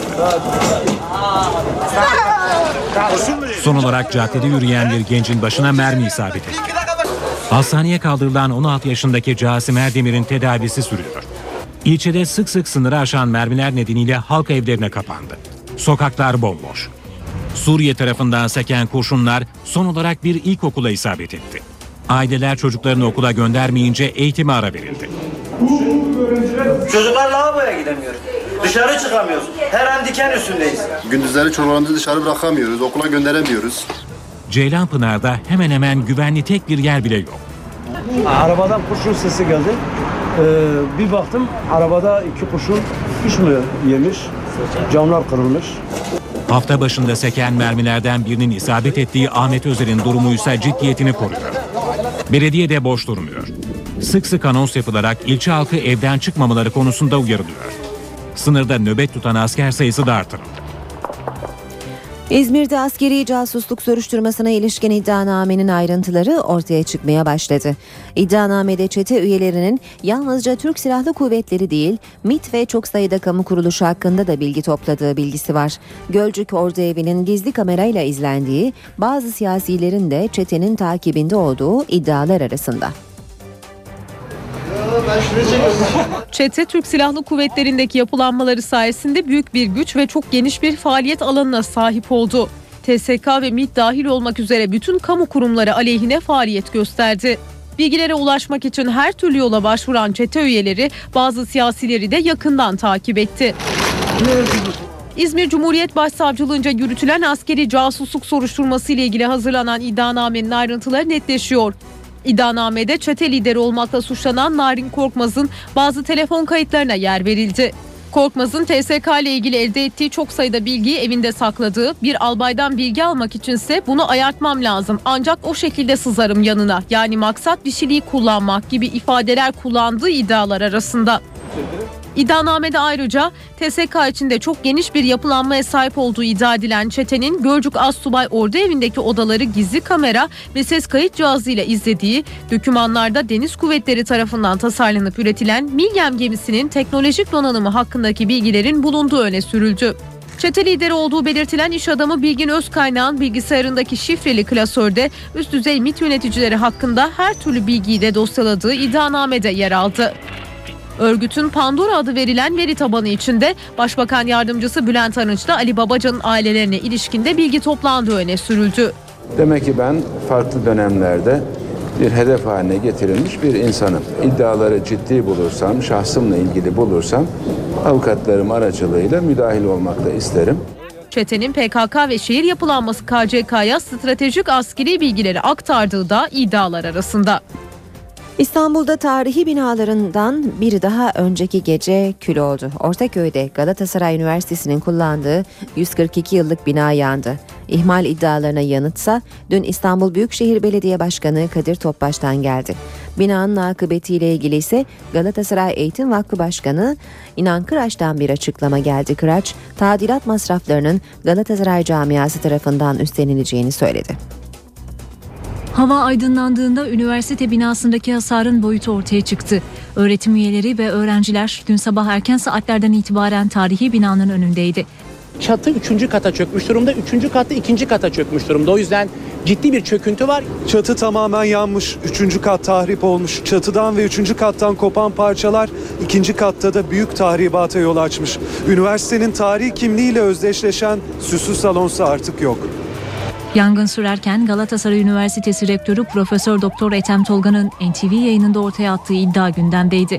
Son olarak caddede yürüyen bir gencin başına mermi isabet etti. Hastaneye kaldırılan on altı yaşındaki Casim Erdemir'in tedavisi sürüyor. İlçede sık sık sınırı aşan mermiler nedeniyle halk evlerine kapandı. Sokaklar bomboş. Suriye tarafından seken kurşunlar son olarak bir ilkokula isabet etti. Aileler çocuklarını okula göndermeyince eğitime ara verildi. Çocuklar lavaboya gidemiyor. Dışarı çıkamıyoruz. Her an diken üstündeyiz. Gündüzleri çocuklarımızı dışarı bırakamıyoruz, okula gönderemiyoruz. Ceylanpınar'da hemen hemen güvenli tek bir yer bile yok. Arabadan kurşun sesi geldi. Ee, bir baktım arabada iki kurşun hiç mi yemiş? Camlar kırılmış. Hafta başında seken mermilerden birinin isabet ettiği Ahmet Özer'in durumuysa ciddiyetini koruyor. Belediye de boş durmuyor. Sık sık anons yapılarak ilçe halkı evden çıkmamaları konusunda uyarılıyor. Sınırda nöbet tutan asker sayısı da artırıldı. İzmir'de askeri casusluk soruşturmasına ilişkin iddianamenin ayrıntıları ortaya çıkmaya başladı. İddianamede çete üyelerinin yalnızca Türk Silahlı Kuvvetleri değil, MİT ve çok sayıda kamu kuruluşu hakkında da bilgi topladığı bilgisi var. Gölcük Orduevi'nin gizli kamerayla izlendiği, bazı siyasilerin de çetenin takibinde olduğu iddialar arasında. Çete Türk Silahlı Kuvvetleri'ndeki yapılanmaları sayesinde büyük bir güç ve çok geniş bir faaliyet alanına sahip oldu. T S K ve MİT dahil olmak üzere bütün kamu kurumları aleyhine faaliyet gösterdi. Bilgilere ulaşmak için her türlü yola başvuran çete üyeleri bazı siyasileri de yakından takip etti. İzmir Cumhuriyet Başsavcılığınca yürütülen askeri casusluk soruşturması ile ilgili hazırlanan iddianamenin ayrıntıları netleşiyor. İddianamede çete lideri olmakla suçlanan Narin Korkmaz'ın bazı telefon kayıtlarına yer verildi. Korkmaz'ın T S K ile ilgili elde ettiği çok sayıda bilgiyi evinde sakladığı, bir albaydan bilgi almak içinse bunu ayartmam lazım ancak o şekilde sızarım yanına, yani maksat dişiliği kullanmak gibi ifadeler kullandığı iddialar arasında. İddianamede ayrıca T S K içinde çok geniş bir yapılanmaya sahip olduğu iddia edilen çetenin Gölcük Assubay Orduevi'ndeki odaları gizli kamera ve ses kayıt cihazıyla izlediği, dokümanlarda Deniz Kuvvetleri tarafından tasarlanıp üretilen Milgem gemisinin teknolojik donanımı hakkındaki bilgilerin bulunduğu öne sürüldü. Çete lideri olduğu belirtilen iş adamı Bilgin Özkaynak'ın bilgisayarındaki şifreli klasörde üst düzey MİT yöneticileri hakkında her türlü bilgiyi de dosyaladığı iddianamede yer aldı. Örgütün Pandora adı verilen veri tabanı içinde Başbakan Yardımcısı Bülent Arınç'la Ali Babacan'ın ailelerine ilişkinde bilgi toplandığı öne sürüldü. Demek ki ben farklı dönemlerde bir hedef haline getirilmiş bir insanım. İddiaları ciddi bulursam, şahsımla ilgili bulursam avukatlarım aracılığıyla müdahil olmak da isterim. Çetenin P K K ve şehir yapılanması K C K'ya stratejik askeri bilgileri aktardığı da iddialar arasında. İstanbul'da tarihi binalarından biri daha önceki gece kül oldu. Ortaköy'de Galatasaray Üniversitesi'nin kullandığı yüz kırk iki yıllık bina yandı. İhmal iddialarına yanıtsa dün İstanbul Büyükşehir Belediye Başkanı Kadir Topbaş'tan geldi. Binanın akıbetiyle ilgili ise Galatasaray Eğitim Vakfı Başkanı İnan Kıraç'tan bir açıklama geldi. Kıraç, tadilat masraflarının Galatasaray camiası tarafından üstlenileceğini söyledi. Hava aydınlandığında üniversite binasındaki hasarın boyutu ortaya çıktı. Öğretim üyeleri ve öğrenciler dün sabah erken saatlerden itibaren tarihi binanın önündeydi. Çatı üçüncü kata çökmüş durumda, üçüncü katta ikinci kata çökmüş durumda. O yüzden ciddi bir çöküntü var. Çatı tamamen yanmış. Üçüncü kat tahrip olmuş. Çatıdan ve üçüncü kattan kopan parçalar ikinci katta da büyük tahribata yol açmış. Üniversitenin tarihi kimliğiyle özdeşleşen süslü salonsa artık yok. Yangın sürerken Galatasaray Üniversitesi Rektörü Profesör Doktor Ethem Tolga'nın N T V yayınında ortaya attığı iddia gündemdeydi.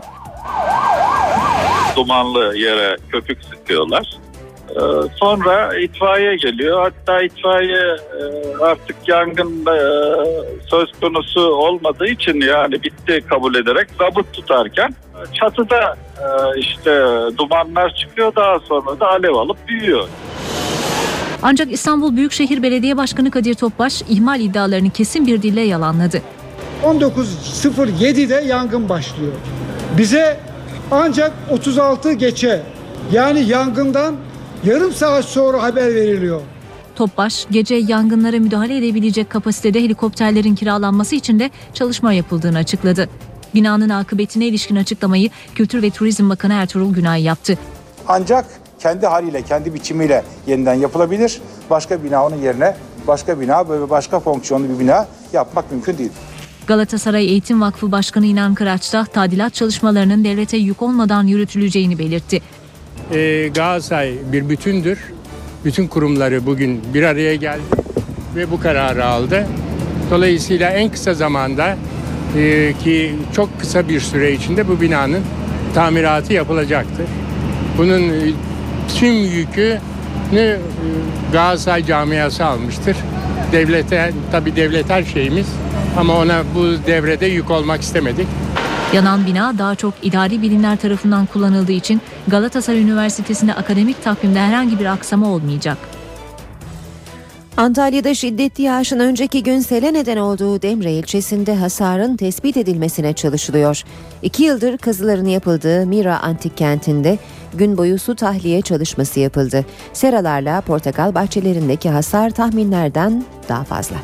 Dumanlı yere köpük sıkıyorlar. Ee, sonra itfaiye geliyor. Hatta itfaiye e, artık yangın e, söz konusu olmadığı için yani bitti kabul ederek zabıt tutarken çatıda e, işte dumanlar çıkıyor, daha sonra da alev alıp büyüyor. Ancak İstanbul Büyükşehir Belediye Başkanı Kadir Topbaş ihmal iddialarını kesin bir dille yalanladı. on dokuz sıfır yedide yangın başlıyor. Bize ancak otuz altı geçe, yani yangından yarım saat sonra haber veriliyor. Topbaş, gece yangınlara müdahale edebilecek kapasitede helikopterlerin kiralanması için de çalışma yapıldığını açıkladı. Binanın akıbetine ilişkin açıklamayı Kültür ve Turizm Bakanı Ertuğrul Günay yaptı. Ancak kendi haliyle, kendi biçimiyle yeniden yapılabilir. Başka bina onun yerine başka bina, böyle başka fonksiyonlu bir bina yapmak mümkün değil. Galatasaray Eğitim Vakfı Başkanı İnan Kıraç da tadilat çalışmalarının devlete yük olmadan yürütüleceğini belirtti. Ee, Galatasaray bir bütündür. Bütün kurumları bugün bir araya geldi ve bu kararı aldı. Dolayısıyla en kısa zamanda e, ki çok kısa bir süre içinde bu binanın tamiratı yapılacaktır. Bunun e, tüm yükünü e, Galatasaray camiası almıştır. Devlete, tabii devlet her şeyimiz ama ona bu devrede yük olmak istemedik. Yanan bina daha çok idari bilimler tarafından kullanıldığı için Galatasaray Üniversitesi'nde akademik takvimde herhangi bir aksama olmayacak. Antalya'da şiddetli yağışın önceki gün sele neden olduğu Demre ilçesinde hasarın tespit edilmesine çalışılıyor. İki yıldır kazıların yapıldığı Mira Antik Kenti'nde gün boyu su tahliye çalışması yapıldı. Seralarla portakal bahçelerindeki hasar tahminlerden daha fazla.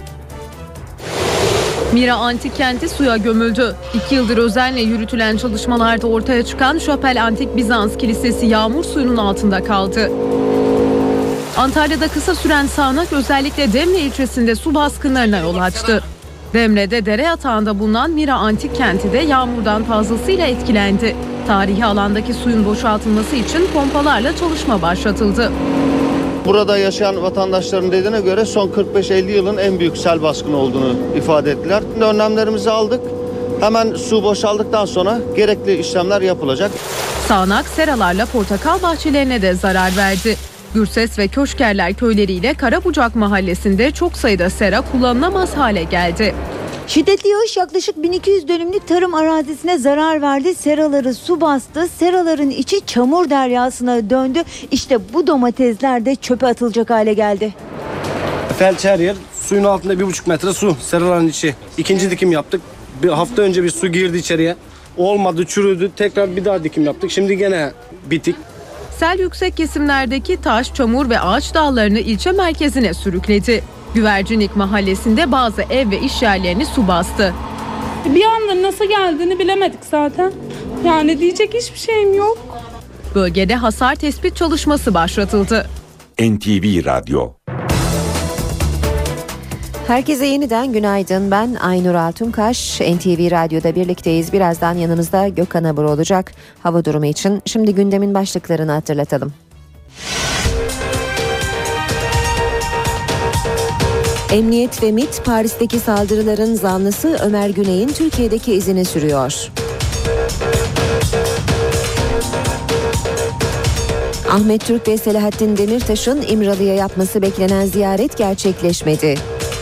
Mira Antik Kenti suya gömüldü. İki yıldır özenle yürütülen çalışmalarda ortaya çıkan Şapel Antik Bizans Kilisesi yağmur suyunun altında kaldı. Antalya'da kısa süren sağanak özellikle Demre ilçesinde su baskınlarına yol açtı. Demre'de dere yatağında bulunan Mira Antik Kenti de yağmurdan fazlasıyla etkilendi. Tarihi alandaki suyun boşaltılması için pompalarla çalışma başlatıldı. Burada yaşayan vatandaşların dediğine göre son kırk beş elli yılın en büyük sel baskını olduğunu ifade ettiler. Önlemlerimizi aldık. Hemen su boşaldıktan sonra gerekli işlemler yapılacak. Sağanak seralarla portakal bahçelerine de zarar verdi. Gürses ve Köşkerler köyleriyle Karabucak mahallesinde çok sayıda sera kullanılamaz hale geldi. Şiddetli yağış yaklaşık bin iki yüz dönümlük tarım arazisine zarar verdi. Seraları su bastı. Seraların içi çamur deryasına döndü. İşte bu domatesler de çöpe atılacak hale geldi. Felç her yer, suyun altında bir buçuk metre su. Seraların içi. İkinci dikim yaptık. Bir hafta önce bir su girdi içeriye. Olmadı, çürüdü. Tekrar bir daha dikim yaptık. Şimdi gene bitik. Sel yüksek kesimlerdeki taş, çamur ve ağaç dallarını ilçe merkezine sürükledi. Güvercinik mahallesinde bazı ev ve iş yerlerini su bastı. Bir anda nasıl geldiğini bilemedik zaten. Yani diyecek hiçbir şeyim yok. Bölgede hasar tespit çalışması başlatıldı. N T V Radyo. Herkese yeniden günaydın. Ben Aynur Altunkaş. N T V Radyo'da birlikteyiz. Birazdan yanımızda Gökhan Abur olacak. Hava durumu için şimdi gündemin başlıklarını hatırlatalım. Emniyet ve MİT Paris'teki saldırıların zanlısı Ömer Güney'in Türkiye'deki izini sürüyor. Ahmet Türk ve Selahattin Demirtaş'ın İmralı'ya yapması beklenen ziyaret gerçekleşmedi.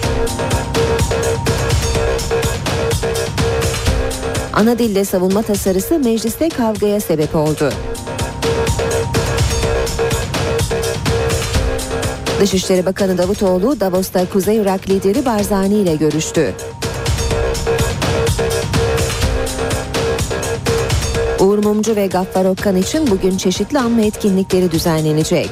Ana dilde savunma tasarısı mecliste kavgaya sebep oldu. Dışişleri Bakanı Davutoğlu, Davos'ta Kuzey Irak lideri Barzani ile görüştü. Uğur Mumcu ve Gaffar Okkan için bugün çeşitli anma etkinlikleri düzenlenecek.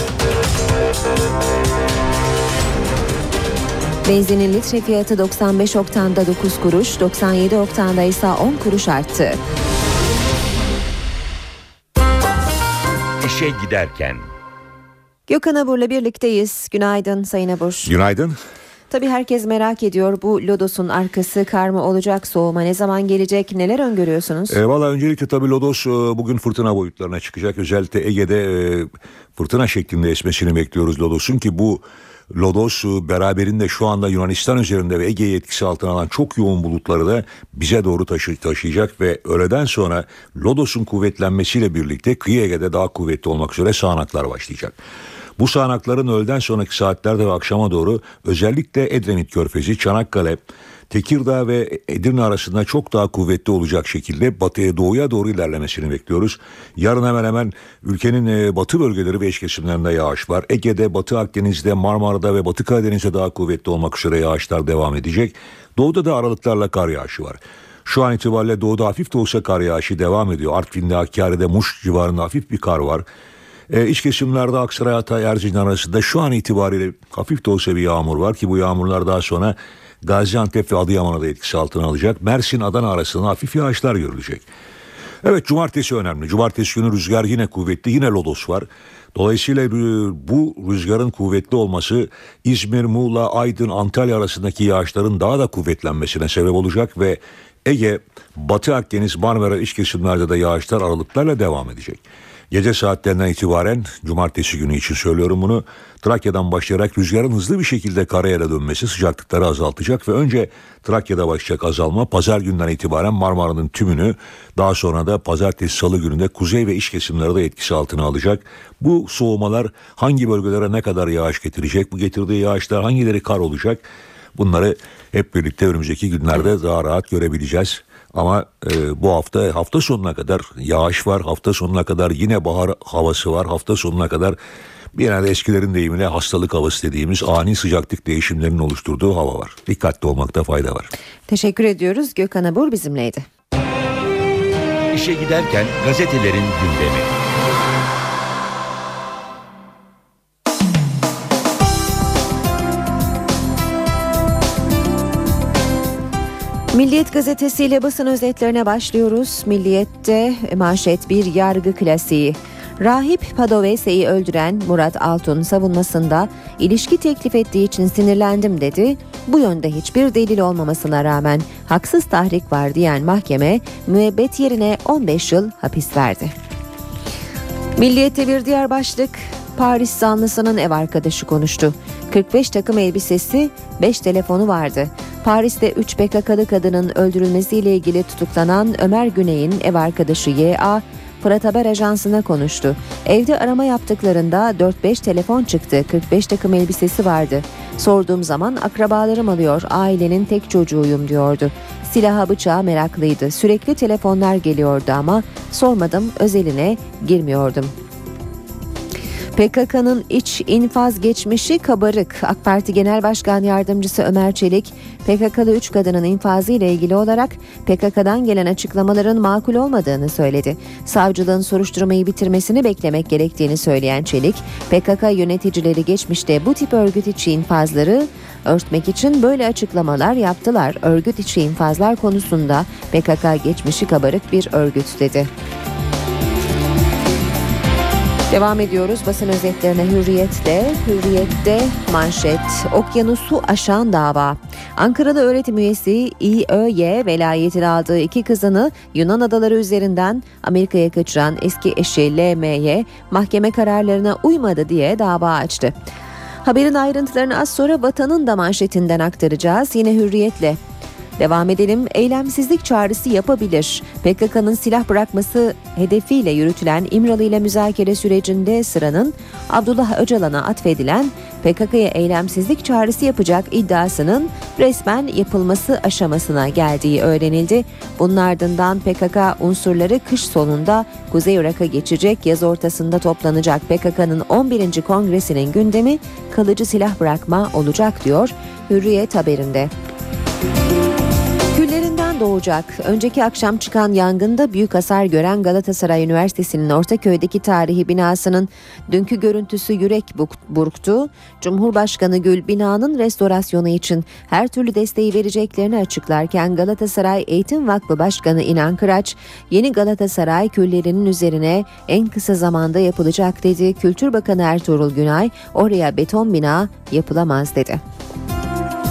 Benzinin litre fiyatı doksan beş oktanda dokuz kuruş, doksan yedi oktanda ise on kuruş arttı. İşe giderken. Gökhan Abur'la birlikteyiz. Günaydın Sayın Abur. Günaydın. Tabii herkes merak ediyor, bu lodosun arkası kar mı olacak, soğuma ne zaman gelecek, neler öngörüyorsunuz? E, Valla öncelikle tabii lodos e, bugün fırtına boyutlarına çıkacak. Özellikle Ege'de e, fırtına şeklinde esmesini bekliyoruz lodosun ki bu lodos e, beraberinde şu anda Yunanistan üzerinde ve Ege'yi etkisi altına alan çok yoğun bulutları da bize doğru taşı, taşıyacak ve öğleden sonra lodosun kuvvetlenmesiyle birlikte kıyı Ege'de daha kuvvetli olmak üzere sağanaklar başlayacak. Bu sağanakların öğleden sonraki saatlerde ve akşama doğru özellikle Edremit Körfezi, Çanakkale, Tekirdağ ve Edirne arasında çok daha kuvvetli olacak şekilde batıya doğuya doğru ilerlemesini bekliyoruz. Yarın hemen hemen ülkenin batı bölgeleri ve eş kesimlerinde yağış var. Ege'de, Batı Akdeniz'de, Marmara'da ve Batı Karadeniz'de daha kuvvetli olmak üzere yağışlar devam edecek. Doğuda da aralıklarla kar yağışı var. Şu an itibariyle doğuda hafif de olsa kar yağışı devam ediyor. Artvin'de, Hakkari'de, Muş civarında hafif bir kar var. E, iç kesimlerde Aksaray, Hatay, Erzincan arasında şu an itibariyle hafif de olsa bir yağmur var ki bu yağmurlar daha sonra Gaziantep ve Adıyaman'a da etkisi altına alacak. Mersin, Adana arasında hafif yağışlar görülecek. Evet, cumartesi önemli. Cumartesi günü rüzgar yine kuvvetli, yine lodos var. Dolayısıyla bu rüzgarın kuvvetli olması İzmir, Muğla, Aydın, Antalya arasındaki yağışların daha da kuvvetlenmesine sebep olacak ve Ege, Batı Akdeniz, Marmara iç kesimlerde de yağışlar aralıklarla devam edecek. Gece saatlerinden itibaren cumartesi günü için söylüyorum bunu, Trakya'dan başlayarak rüzgarın hızlı bir şekilde karayele dönmesi sıcaklıkları azaltacak ve önce Trakya'da başlayacak azalma pazar günden itibaren Marmara'nın tümünü, daha sonra da pazartesi salı gününde kuzey ve iç kesimlerde de etkisi altına alacak. Bu soğumalar hangi bölgelere ne kadar yağış getirecek, bu getirdiği yağışlar hangileri kar olacak, bunları hep birlikte önümüzdeki günlerde daha rahat görebileceğiz. Ama e, bu hafta hafta sonuna kadar yağış var. Hafta sonuna kadar yine bahar havası var. Hafta sonuna kadar bir yerde eskilerin deyimiyle hastalık havası dediğimiz ani sıcaklık değişimlerinin oluşturduğu hava var. Dikkatli olmakta fayda var. Teşekkür ediyoruz. Gökhan Abur bizimleydi. İşe giderken gazetelerin gündemi. Milliyet gazetesiyle basın özetlerine başlıyoruz. Milliyet'te manşet bir yargı klasiği. Rahip Padovese'yi öldüren Murat Altun savunmasında ilişki teklif ettiği için sinirlendim dedi. Bu yönde hiçbir delil olmamasına rağmen haksız tahrik var diyen mahkeme müebbet yerine on beş yıl hapis verdi. Milliyet'te bir diğer başlık, Paris zanlısının ev arkadaşı konuştu. kırk beş takım elbisesi, beş telefonu vardı. Paris'te üç P K K'lı kadının öldürülmesiyle ilgili tutuklanan Ömer Güney'in ev arkadaşı Y A, Fırat Haber Ajansı'na konuştu. Evde arama yaptıklarında dört beş telefon çıktı, kırk beş takım elbisesi vardı. Sorduğum zaman akrabalarım alıyor, ailenin tek çocuğuyum diyordu. Silaha bıçağa meraklıydı, sürekli telefonlar geliyordu ama sormadım, özeline girmiyordum. P K K'nın iç infaz geçmişi kabarık. AK Parti Genel Başkan Yardımcısı Ömer Çelik, P K K'lı üç kadının infazı ile ilgili olarak P K K'dan gelen açıklamaların makul olmadığını söyledi. Savcılığın soruşturmayı bitirmesini beklemek gerektiğini söyleyen Çelik, P K K yöneticileri geçmişte bu tip örgüt içi infazları örtmek için böyle açıklamalar yaptılar. Örgüt içi infazlar konusunda P K K geçmişi kabarık bir örgüt dedi. Devam ediyoruz basın özetlerine Hürriyet'te. Hürriyet'te manşet, okyanusu aşan dava. Ankaralı öğretim üyesi İ Ö Y velayetini aldığı iki kızını Yunan adaları üzerinden Amerika'ya kaçıran eski eşi L M Y mahkeme kararlarına uymadı diye dava açtı. Haberin ayrıntılarını az sonra Vatan'ın da manşetinden aktaracağız. Yine Hürriyet'le devam edelim. Eylemsizlik çağrısı yapabilir. P K K'nın silah bırakması hedefiyle yürütülen İmralı ile müzakere sürecinde sıranın Abdullah Öcalan'a atfedilen P K K'ya eylemsizlik çağrısı yapacak iddiasının resmen yapılması aşamasına geldiği öğrenildi. Bunun ardından P K K unsurları kış sonunda Kuzey Irak'a geçecek, yaz ortasında toplanacak P K K'nın on birinci kongresinin gündemi kalıcı silah bırakma olacak diyor Hürriyet haberinde. Küllerinden doğacak. Önceki akşam çıkan yangında büyük hasar gören Galatasaray Üniversitesi'nin Ortaköy'deki tarihi binasının dünkü görüntüsü yürek burktu. Cumhurbaşkanı Gül binanın restorasyonu için her türlü desteği vereceklerini açıklarken Galatasaray Eğitim Vakfı Başkanı İnan Kıraç, yeni Galatasaray küllerinin üzerine en kısa zamanda yapılacak dedi. Kültür Bakanı Ertuğrul Günay, oraya beton bina yapılamaz dedi.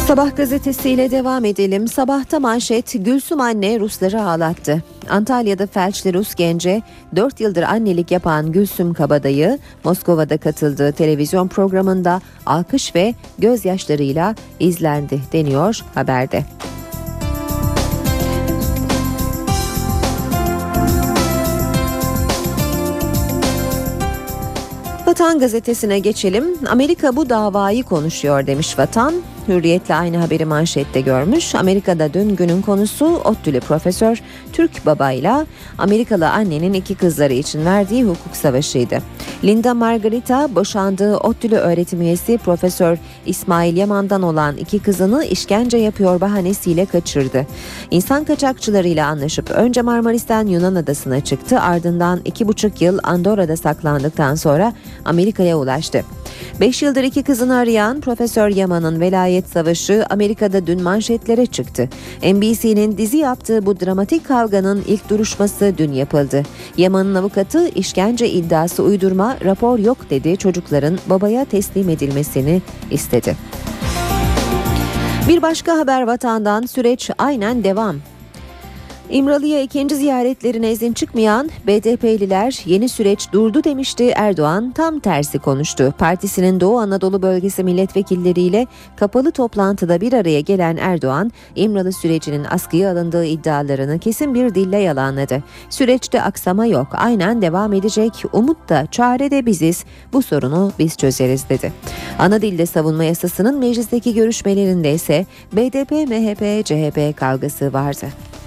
Sabah gazetesiyle devam edelim. Sabahta manşet, Gülsüm anne Rusları ağlattı. Antalya'da felçli Rus gence dört yıldır annelik yapan Gülsüm Kabadayı Moskova'da katıldığı televizyon programında alkış ve gözyaşlarıyla izlendi deniyor haberde. Vatan gazetesine geçelim. Amerika bu davayı konuşuyor demiş Vatan. Hürriyetle aynı haberi manşette görmüş. Amerika'da dün günün konusu ODTÜ'lü profesör Türk babayla Amerikalı annenin iki kızları için verdiği hukuk savaşıydı. Linda Margarita boşandığı ODTÜ'lü öğretim üyesi Profesör İsmail Yaman'dan olan iki kızını işkence yapıyor bahanesiyle kaçırdı. İnsan kaçakçılarıyla anlaşıp önce Marmaris'ten Yunan adasına çıktı, ardından iki buçuk yıl Andorra'da saklandıktan sonra Amerika'ya ulaştı. Beş yıldır iki kızını arayan Profesör Yaman'ın velayet savaşı Amerika'da dün manşetlere çıktı. N B C'nin dizi yaptığı bu dramatik kavganın ilk duruşması dün yapıldı. Yaman'ın avukatı işkence iddiası uydurma, rapor yok dedi, çocukların babaya teslim edilmesini istedi. Bir başka haber Vatan'dan, süreç aynen devam. İmralı'ya ikinci ziyaretlerine izin çıkmayan B D P'liler yeni süreç durdu demişti. Erdoğan tam tersi konuştu. Partisinin Doğu Anadolu bölgesi milletvekilleriyle kapalı toplantıda bir araya gelen Erdoğan, İmralı sürecinin askıya alındığı iddialarını kesin bir dille yalanladı. Süreçte aksama yok, aynen devam edecek, umut da çare de biziz, bu sorunu biz çözeriz dedi. Ana dilde savunma yasasının meclisteki görüşmelerinde ise B D P M H P C H P kavgası vardı.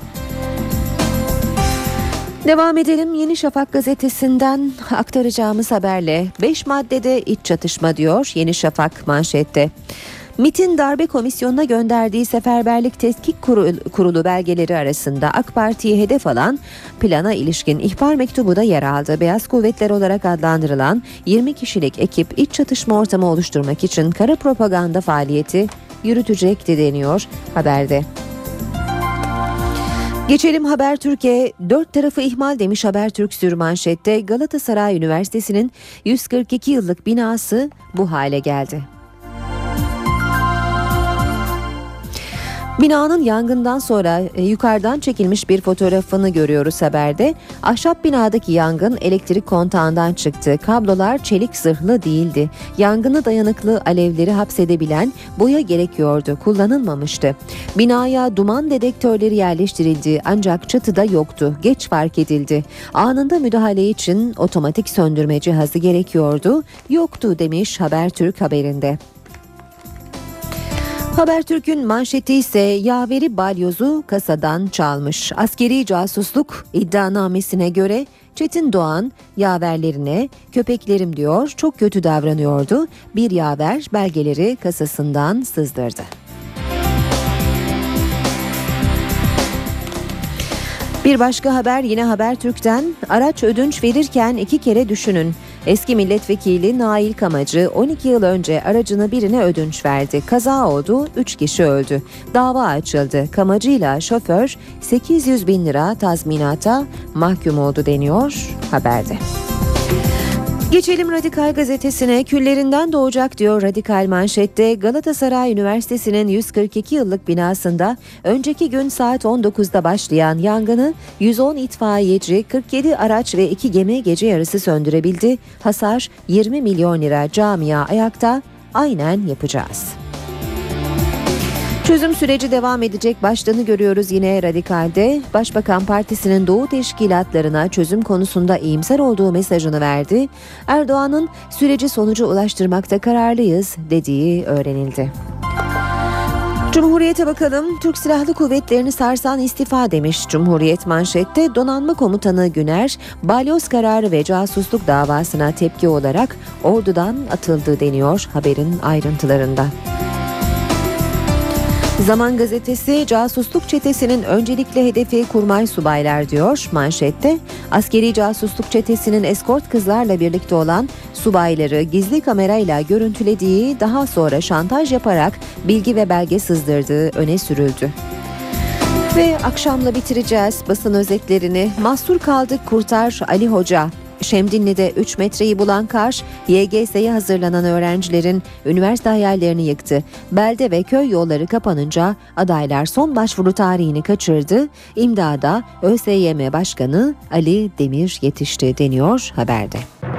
Devam edelim. Yeni Şafak gazetesinden aktaracağımız haberle beş maddede iç çatışma diyor Yeni Şafak manşette. MİT'in darbe komisyonuna gönderdiği seferberlik tetkik kurulu belgeleri arasında AK Parti'yi hedef alan plana ilişkin ihbar mektubu da yer aldı. Beyaz Kuvvetler olarak adlandırılan yirmi kişilik ekip iç çatışma ortamı oluşturmak için kara propaganda faaliyeti yürütecekti deniyor haberde. Geçelim Habertürk'e. Dört tarafı ihmal demiş Habertürk sürmanşette. Galatasaray Üniversitesi'nin yüz kırk iki yıllık binası bu hale geldi. Binanın yangından sonra e, yukarıdan çekilmiş bir fotoğrafını görüyoruz haberde. Ahşap binadaki yangın elektrik kontağından çıktı. Kablolar çelik zırhlı değildi. Yangını dayanıklı alevleri hapsedebilen boya gerekiyordu. Kullanılmamıştı. Binaya duman dedektörleri yerleştirildi ancak çatıda yoktu. Geç fark edildi. Anında müdahale için otomatik söndürme cihazı gerekiyordu. Yoktu demiş Habertürk haberinde. Habertürk'ün manşeti ise yaveri balyozu kasadan çalmış. Askeri casusluk iddianamesine göre Çetin Doğan yaverlerine köpeklerim diyor, çok kötü davranıyordu. Bir yaver belgeleri kasasından sızdırdı. Bir başka haber yine Habertürk'ten, araç ödünç verirken iki kere düşünün. Eski milletvekili Nail Kamacı on iki yıl önce aracını birine ödünç verdi. Kaza oldu, üç kişi öldü. Dava açıldı. Kamacı ile şoför sekiz yüz bin lira tazminata mahkum oldu deniyor haberde. Geçelim Radikal gazetesine. Küllerinden doğacak diyor Radikal manşette. Galatasaray Üniversitesi'nin yüz kırk iki yıllık binasında önceki gün saat on dokuzda başlayan yangını yüz on itfaiyeci, kırk yedi araç ve iki gemi gece yarısı söndürebildi. Hasar yirmi milyon lira. Camia ayakta, aynen yapacağız. Çözüm süreci devam edecek başlığını görüyoruz yine Radikal'de. Başbakan Partisi'nin Doğu teşkilatlarına çözüm konusunda iyimser olduğu mesajını verdi. Erdoğan'ın süreci sonuca ulaştırmakta kararlıyız dediği öğrenildi. Cumhuriyet'e bakalım. Türk Silahlı Kuvvetleri'ni sarsan istifa demiş Cumhuriyet manşette. Donanma Komutanı Güner, balyoz kararı ve casusluk davasına tepki olarak ordudan atıldı deniyor haberin ayrıntılarında. Zaman gazetesi casusluk çetesinin öncelikle hedefi kurmay subaylar diyor manşette. Askeri casusluk çetesinin eskort kızlarla birlikte olan subayları gizli kamerayla görüntülediği, daha sonra şantaj yaparak bilgi ve belge sızdırdığı öne sürüldü. Ve akşamla bitireceğiz basın özetlerini. Mahsur kaldık kurtar Ali Hoca. Şemdinli'de üç metreyi bulan kar, Y G S'ye hazırlanan öğrencilerin üniversite hayallerini yıktı. Belde ve köy yolları kapanınca adaylar son başvuru tarihini kaçırdı. İmdada ÖSYM Başkanı Ali Demir yetişti deniyor haberde.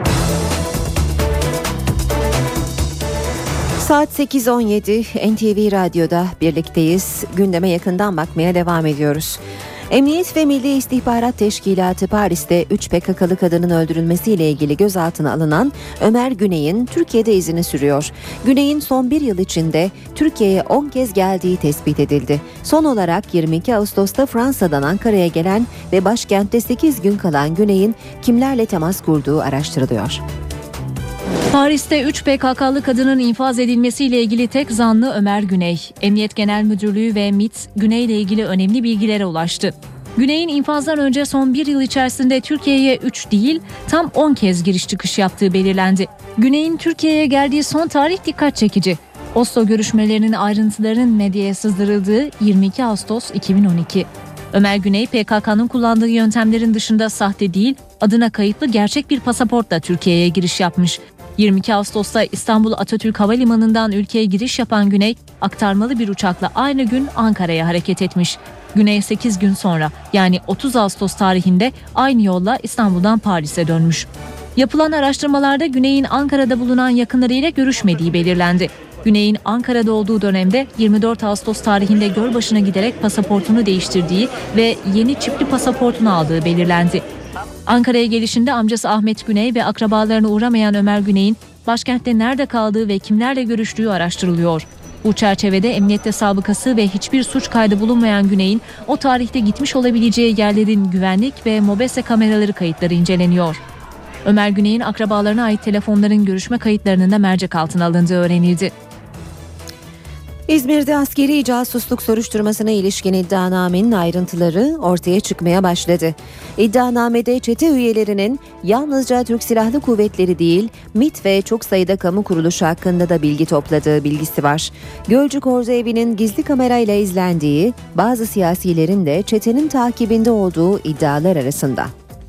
Saat sekiz on yedi N T V Radyo'da birlikteyiz. Gündeme yakından bakmaya devam ediyoruz. Emniyet ve Milli İstihbarat Teşkilatı Paris'te üç P K K'lı kadının öldürülmesiyle ilgili gözaltına alınan Ömer Güney'in Türkiye'de izini sürüyor. Güney'in son bir yıl içinde Türkiye'ye on kez geldiği tespit edildi. Son olarak yirmi iki Ağustos'ta Fransa'dan Ankara'ya gelen ve başkentte sekiz gün kalan Güney'in kimlerle temas kurduğu araştırılıyor. Paris'te üç P K K'lı kadının infaz edilmesiyle ilgili tek zanlı Ömer Güney. Emniyet Genel Müdürlüğü ve M İ T, Güney ile ilgili önemli bilgilere ulaştı. Güney'in infazdan önce son bir yıl içerisinde Türkiye'ye üç değil, tam on kez giriş çıkış yaptığı belirlendi. Güney'in Türkiye'ye geldiği son tarih dikkat çekici. Oslo görüşmelerinin ayrıntılarının medyaya sızdırıldığı yirmi iki Ağustos iki bin on iki. Ömer Güney, P K K'nın kullandığı yöntemlerin dışında sahte değil, adına kayıtlı gerçek bir pasaportla Türkiye'ye giriş yapmış. yirmi iki Ağustos'ta İstanbul Atatürk Havalimanı'ndan ülkeye giriş yapan Güney, aktarmalı bir uçakla aynı gün Ankara'ya hareket etmiş. Güney sekiz gün sonra, yani otuz Ağustos tarihinde aynı yolla İstanbul'dan Paris'e dönmüş. Yapılan araştırmalarda Güney'in Ankara'da bulunan yakınlarıyla görüşmediği belirlendi. Güney'in Ankara'da olduğu dönemde yirmi dört Ağustos tarihinde Gölbaşı'na giderek pasaportunu değiştirdiği ve yeni çipli pasaportunu aldığı belirlendi. Ankara'ya gelişinde amcası Ahmet Güney ve akrabalarına uğramayan Ömer Güney'in başkentte nerede kaldığı ve kimlerle görüştüğü araştırılıyor. Bu çerçevede emniyette sabıkası ve hiçbir suç kaydı bulunmayan Güney'in o tarihte gitmiş olabileceği yerlerin güvenlik ve mobese kameraları kayıtları inceleniyor. Ömer Güney'in akrabalarına ait telefonların görüşme kayıtlarının da mercek altına alındığı öğrenildi. İzmir'de askeri casusluk soruşturmasına ilişkin iddianamenin ayrıntıları ortaya çıkmaya başladı. İddianamede çete üyelerinin yalnızca Türk Silahlı Kuvvetleri değil, M İ T ve çok sayıda kamu kuruluşu hakkında da bilgi topladığı bilgisi var. Gölcük Orduevi'nin gizli kamerayla izlendiği, bazı siyasilerin de çetenin takibinde olduğu iddialar arasında.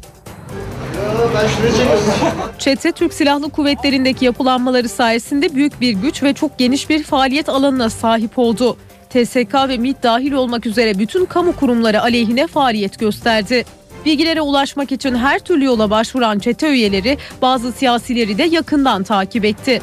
Çete, Türk Silahlı Kuvvetleri'ndeki yapılanmaları sayesinde büyük bir güç ve çok geniş bir faaliyet alanına sahip oldu. T S K ve M İ T dahil olmak üzere bütün kamu kurumları aleyhine faaliyet gösterdi. Bilgilere ulaşmak için her türlü yola başvuran çete üyeleri bazı siyasileri de yakından takip etti.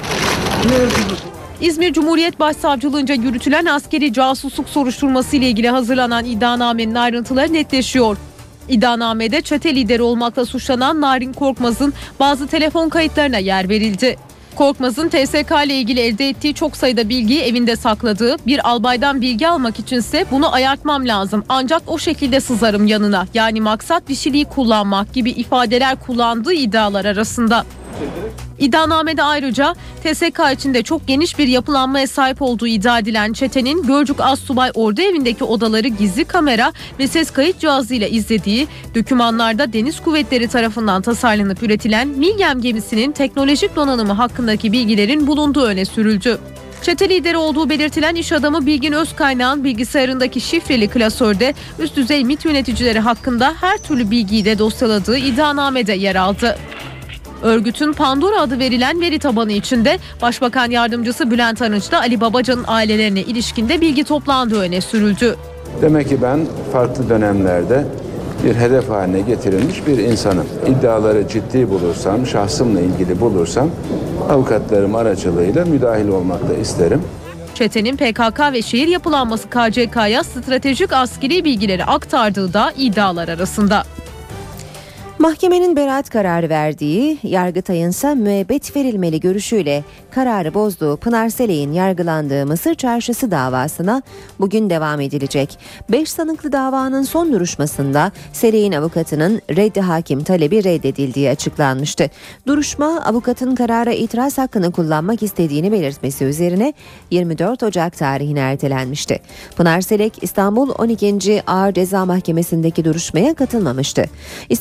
İzmir Cumhuriyet Başsavcılığınca yürütülen askeri casusluk soruşturması ile ilgili hazırlanan iddianamenin ayrıntıları netleşiyor. İddianamede çete lideri olmakla suçlanan Narin Korkmaz'ın bazı telefon kayıtlarına yer verildi. Korkmaz'ın T S K ile ilgili elde ettiği çok sayıda bilgiyi evinde sakladığı, bir albaydan bilgi almak içinse bunu ayartmam lazım ancak o şekilde sızarım yanına, yani maksat dişiliği kullanmak gibi ifadeler kullandığı iddialar arasında. İddianamede ayrıca T S K içinde çok geniş bir yapılanmaya sahip olduğu iddia edilen çetenin Gölcük Assubay Orduevi'ndeki odaları gizli kamera ve ses kayıt cihazıyla izlediği, dokümanlarda Deniz Kuvvetleri tarafından tasarlanıp üretilen Milgem gemisinin teknolojik donanımı hakkındaki bilgilerin bulunduğu öne sürüldü. Çete lideri olduğu belirtilen iş adamı Bilgin Özkaynak'ın bilgisayarındaki şifreli klasörde üst düzey M İ T yöneticileri hakkında her türlü bilgiyi de dosyaladığı iddianamede yer aldı. Örgütün Pandora adı verilen veri tabanı içinde Başbakan Yardımcısı Bülent Arınç'ta Ali Babacan'ın ailelerine ilişkinde bilgi toplandığı öne sürüldü. Demek ki ben farklı dönemlerde bir hedef haline getirilmiş bir insanım. İddiaları ciddi bulursam, şahsımla ilgili bulursam avukatlarım aracılığıyla müdahil olmak da isterim. Çetenin P K K ve şehir yapılanması K C K'ya stratejik askeri bilgileri aktardığı da iddialar arasında. Mahkemenin beraat kararı verdiği, Yargıtay'ın ise müebbet verilmeli görüşüyle kararı bozduğu Pınar Selek'in yargılandığı Mısır Çarşısı davasına bugün devam edilecek. Beş sanıklı davanın son duruşmasında Selek'in avukatının reddi hakim talebi reddedildiği açıklanmıştı. Duruşma, avukatın karara itiraz hakkını kullanmak istediğini belirtmesi üzerine yirmi dört Ocak tarihine ertelenmişti. Pınar Selek, İstanbul on ikinci Ağır Ceza Mahkemesi'ndeki duruşmaya katılmamıştı. İstanbul on ikinci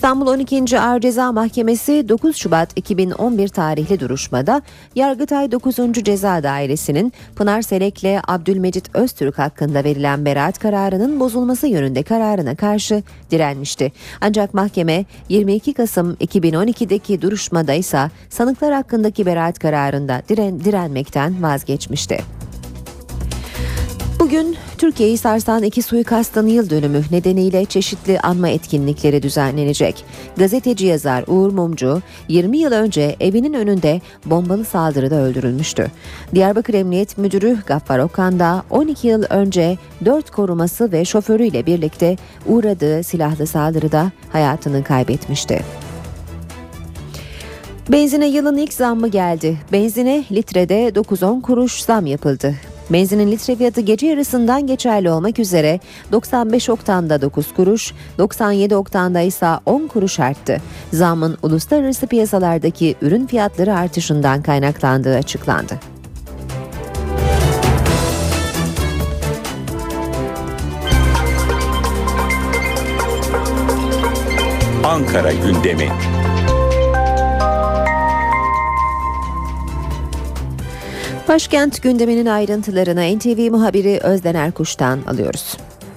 ikinci Ağır Ceza Mahkemesi dokuz Şubat iki bin on bir tarihli duruşmada Yargıtay dokuzuncu Ceza Dairesi'nin Pınar Selek'le Abdülmecit Öztürk hakkında verilen beraat kararının bozulması yönünde kararına karşı direnmişti. Ancak mahkeme yirmi iki Kasım iki bin on ikideki duruşmada ise sanıklar hakkındaki beraat kararında diren, direnmekten vazgeçmişti. Bugün Türkiye'yi sarsan iki suikastın yıl dönümü nedeniyle çeşitli anma etkinlikleri düzenlenecek. Gazeteci yazar Uğur Mumcu yirmi yıl önce evinin önünde bombalı saldırıda öldürülmüştü. Diyarbakır Emniyet Müdürü Gaffar Okan da on iki yıl önce dört koruması ve şoförüyle birlikte uğradığı silahlı saldırıda hayatını kaybetmişti. Benzine yılın ilk zammı geldi. Benzine litrede dokuz on kuruş zam yapıldı. Benzinin litre fiyatı gece yarısından geçerli olmak üzere doksan beş oktanda dokuz kuruş, doksan yedi oktanda ise on kuruş arttı. Zammın uluslararası piyasalardaki ürün fiyatları artışından kaynaklandığı açıklandı. Ankara gündemi. Başkent gündeminin ayrıntılarını N T V muhabiri Özden Erkuş'tan alıyoruz.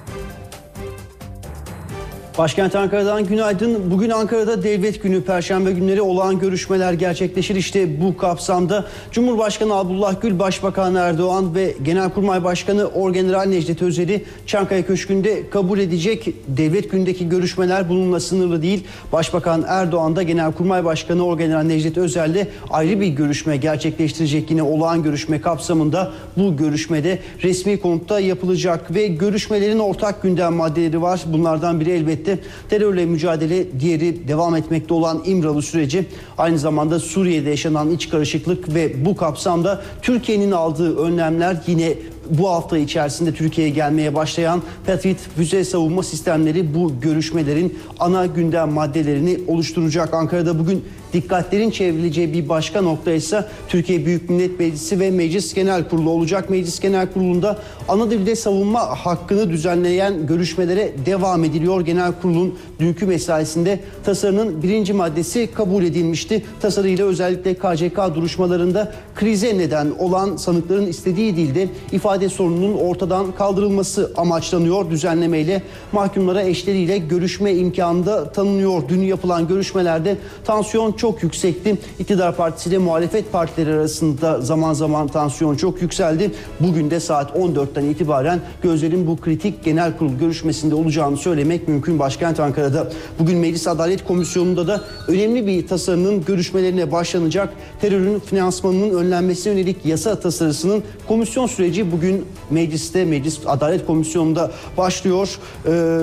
Başkent Ankara'dan günaydın. Bugün Ankara'da Devlet Günü, Perşembe günleri olağan görüşmeler gerçekleşir. İşte bu kapsamda Cumhurbaşkanı Abdullah Gül, Başbakan Erdoğan ve Genelkurmay Başkanı Orgeneral Necdet Özel'i Çankaya Köşkü'nde kabul edecek. Devlet Günü'ndeki görüşmeler bununla sınırlı değil. Başbakan Erdoğan da Genelkurmay Başkanı Orgeneral Necdet Özel'le ayrı bir görüşme gerçekleştirecek. Yine olağan görüşme kapsamında bu görüşmede resmi konutta yapılacak ve görüşmelerin ortak gündem maddeleri var. Bunlardan biri elbette terörle mücadele, diğeri devam etmekte olan İmralı süreci, aynı zamanda Suriye'de yaşanan iç karışıklık ve bu kapsamda Türkiye'nin aldığı önlemler, yine bu hafta içerisinde Türkiye'ye gelmeye başlayan Patriot füze savunma sistemleri bu görüşmelerin ana gündem maddelerini oluşturacak. Ankara'da bugün dikkatlerin çevrileceği bir başka nokta ise Türkiye Büyük Millet Meclisi ve Meclis Genel Kurulu olacak. Meclis Genel Kurulu'nda ana dilde savunma hakkını düzenleyen görüşmelere devam ediliyor. Genel Kurul'un dünkü mesaisinde tasarının birinci maddesi kabul edilmişti. Tasarıyla özellikle K C K duruşmalarında krize neden olan sanıkların istediği dilde ifade sorununun ortadan kaldırılması amaçlanıyor. Düzenlemeyle mahkumlara eşleriyle görüşme imkanı da tanınıyor. Dün yapılan görüşmelerde tansiyon çok yüksekti. İktidar partisi ile muhalefet partileri arasında zaman zaman tansiyon çok yükseldi. Bugün de saat on dörtten itibaren gözlerin bu kritik genel kurul görüşmesinde olacağını söylemek mümkün başkent Ankara'da. Bugün Meclis Adalet Komisyonu'nda da önemli bir tasarının görüşmelerine başlanacak. Terörün finansmanının önlenmesine yönelik yasa tasarısının komisyon süreci bugün mecliste, Meclis Adalet Komisyonu'nda başlıyor. Ee,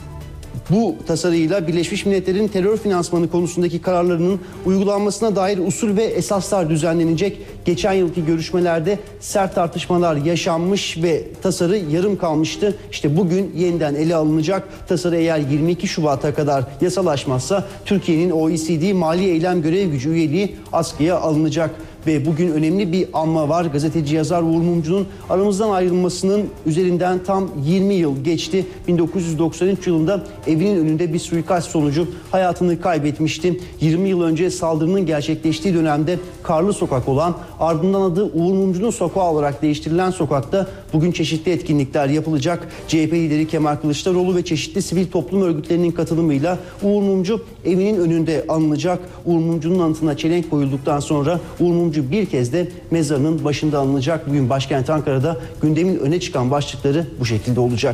Bu tasarıyla Birleşmiş Milletler'in terör finansmanı konusundaki kararlarının uygulanmasına dair usul ve esaslar düzenlenecek. Geçen yılki görüşmelerde sert tartışmalar yaşanmış ve tasarı yarım kalmıştı. İşte bugün yeniden ele alınacak. Tasarı eğer yirmi iki Şubat'a kadar yasalaşmazsa Türkiye'nin O E C D Mali Eylem Görev Gücü üyeliği askıya alınacak. Ve bugün önemli bir anma var. Gazeteci yazar Uğur Mumcu'nun aramızdan ayrılmasının üzerinden tam yirmi yıl geçti. bin dokuz yüz doksan üç yılında evinin önünde bir suikast sonucu hayatını kaybetmişti. yirmi yıl önce saldırının gerçekleştiği dönemde Karlı Sokak olan, ardından adı Uğur Mumcu'nun sokağı olarak değiştirilen sokakta bugün çeşitli etkinlikler yapılacak. C H P lideri Kemal Kılıçdaroğlu ve çeşitli sivil toplum örgütlerinin katılımıyla Uğur Mumcu evinin önünde anılacak. Uğur Mumcu'nun anıtına çelenk koyulduktan sonra Uğur Mumcu bir kez de mezarının başında alınacak. Bugün başkent Ankara'da gündemin öne çıkan başlıkları bu şekilde olacak.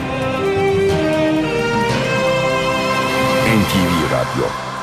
N T V Radyo.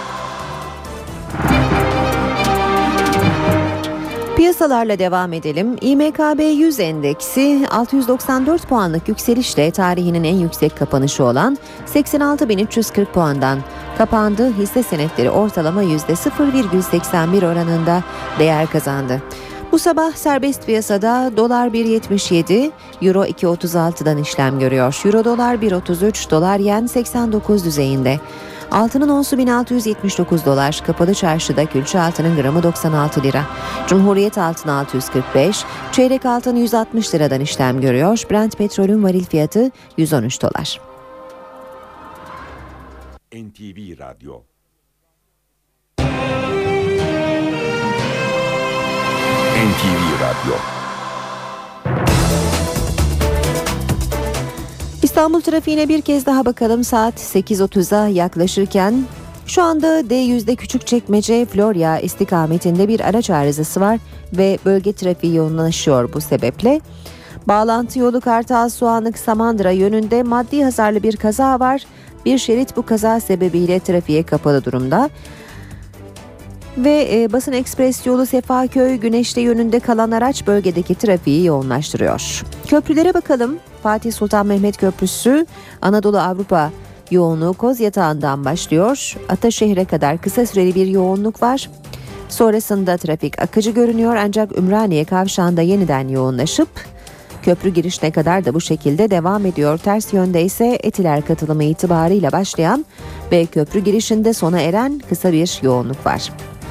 Piyasalarla devam edelim. İ M K B yüz endeksi altı yüz doksan dört puanlık yükselişle tarihinin en yüksek kapanışı olan seksen altı bin üç yüz kırk puandan kapandı. Hisse senetleri ortalama yüzde sıfır virgül seksen bir oranında değer kazandı. Bu sabah serbest piyasada dolar bir yetmiş yedi, euro iki otuz altıdan işlem görüyor. Euro dolar bir otuz üç, dolar yen seksen dokuz düzeyinde. Altının onsu bin altı yüz yetmiş dokuz dolar, kapalı çarşıda külçe altının gramı doksan altı lira. Cumhuriyet altın altı yüz kırk beş, çeyrek altın yüz altmış liradan işlem görüyor. Brent petrolün varil fiyatı yüz on üç dolar. N T V Radyo. T V Radyo. İstanbul trafiğine bir kez daha bakalım. Saat sekiz otuza yaklaşırken şu anda D yüzde Küçükçekmece Florya istikametinde bir araç arızası var ve bölge trafiği yoğunlaşıyor bu sebeple. Bağlantı yolu Kartal Soğanlık Samandıra yönünde maddi hasarlı bir kaza var. Bir şerit bu kaza sebebiyle trafiğe kapalı durumda. Ve e, Basın Ekspres yolu Sefaköy Güneşli yönünde kalan araç bölgedeki trafiği yoğunlaştırıyor. Köprülere bakalım. Fatih Sultan Mehmet Köprüsü Anadolu Avrupa yoğunluğu Kozyatağı'ndan başlıyor. Ataşehir'e kadar kısa süreli bir yoğunluk var. Sonrasında trafik akıcı görünüyor ancak Ümraniye kavşağında yeniden yoğunlaşıp köprü girişine kadar da bu şekilde devam ediyor. Ters yönde ise Etiler katılımı itibarıyla başlayan ve köprü girişinde sona eren kısa bir yoğunluk var.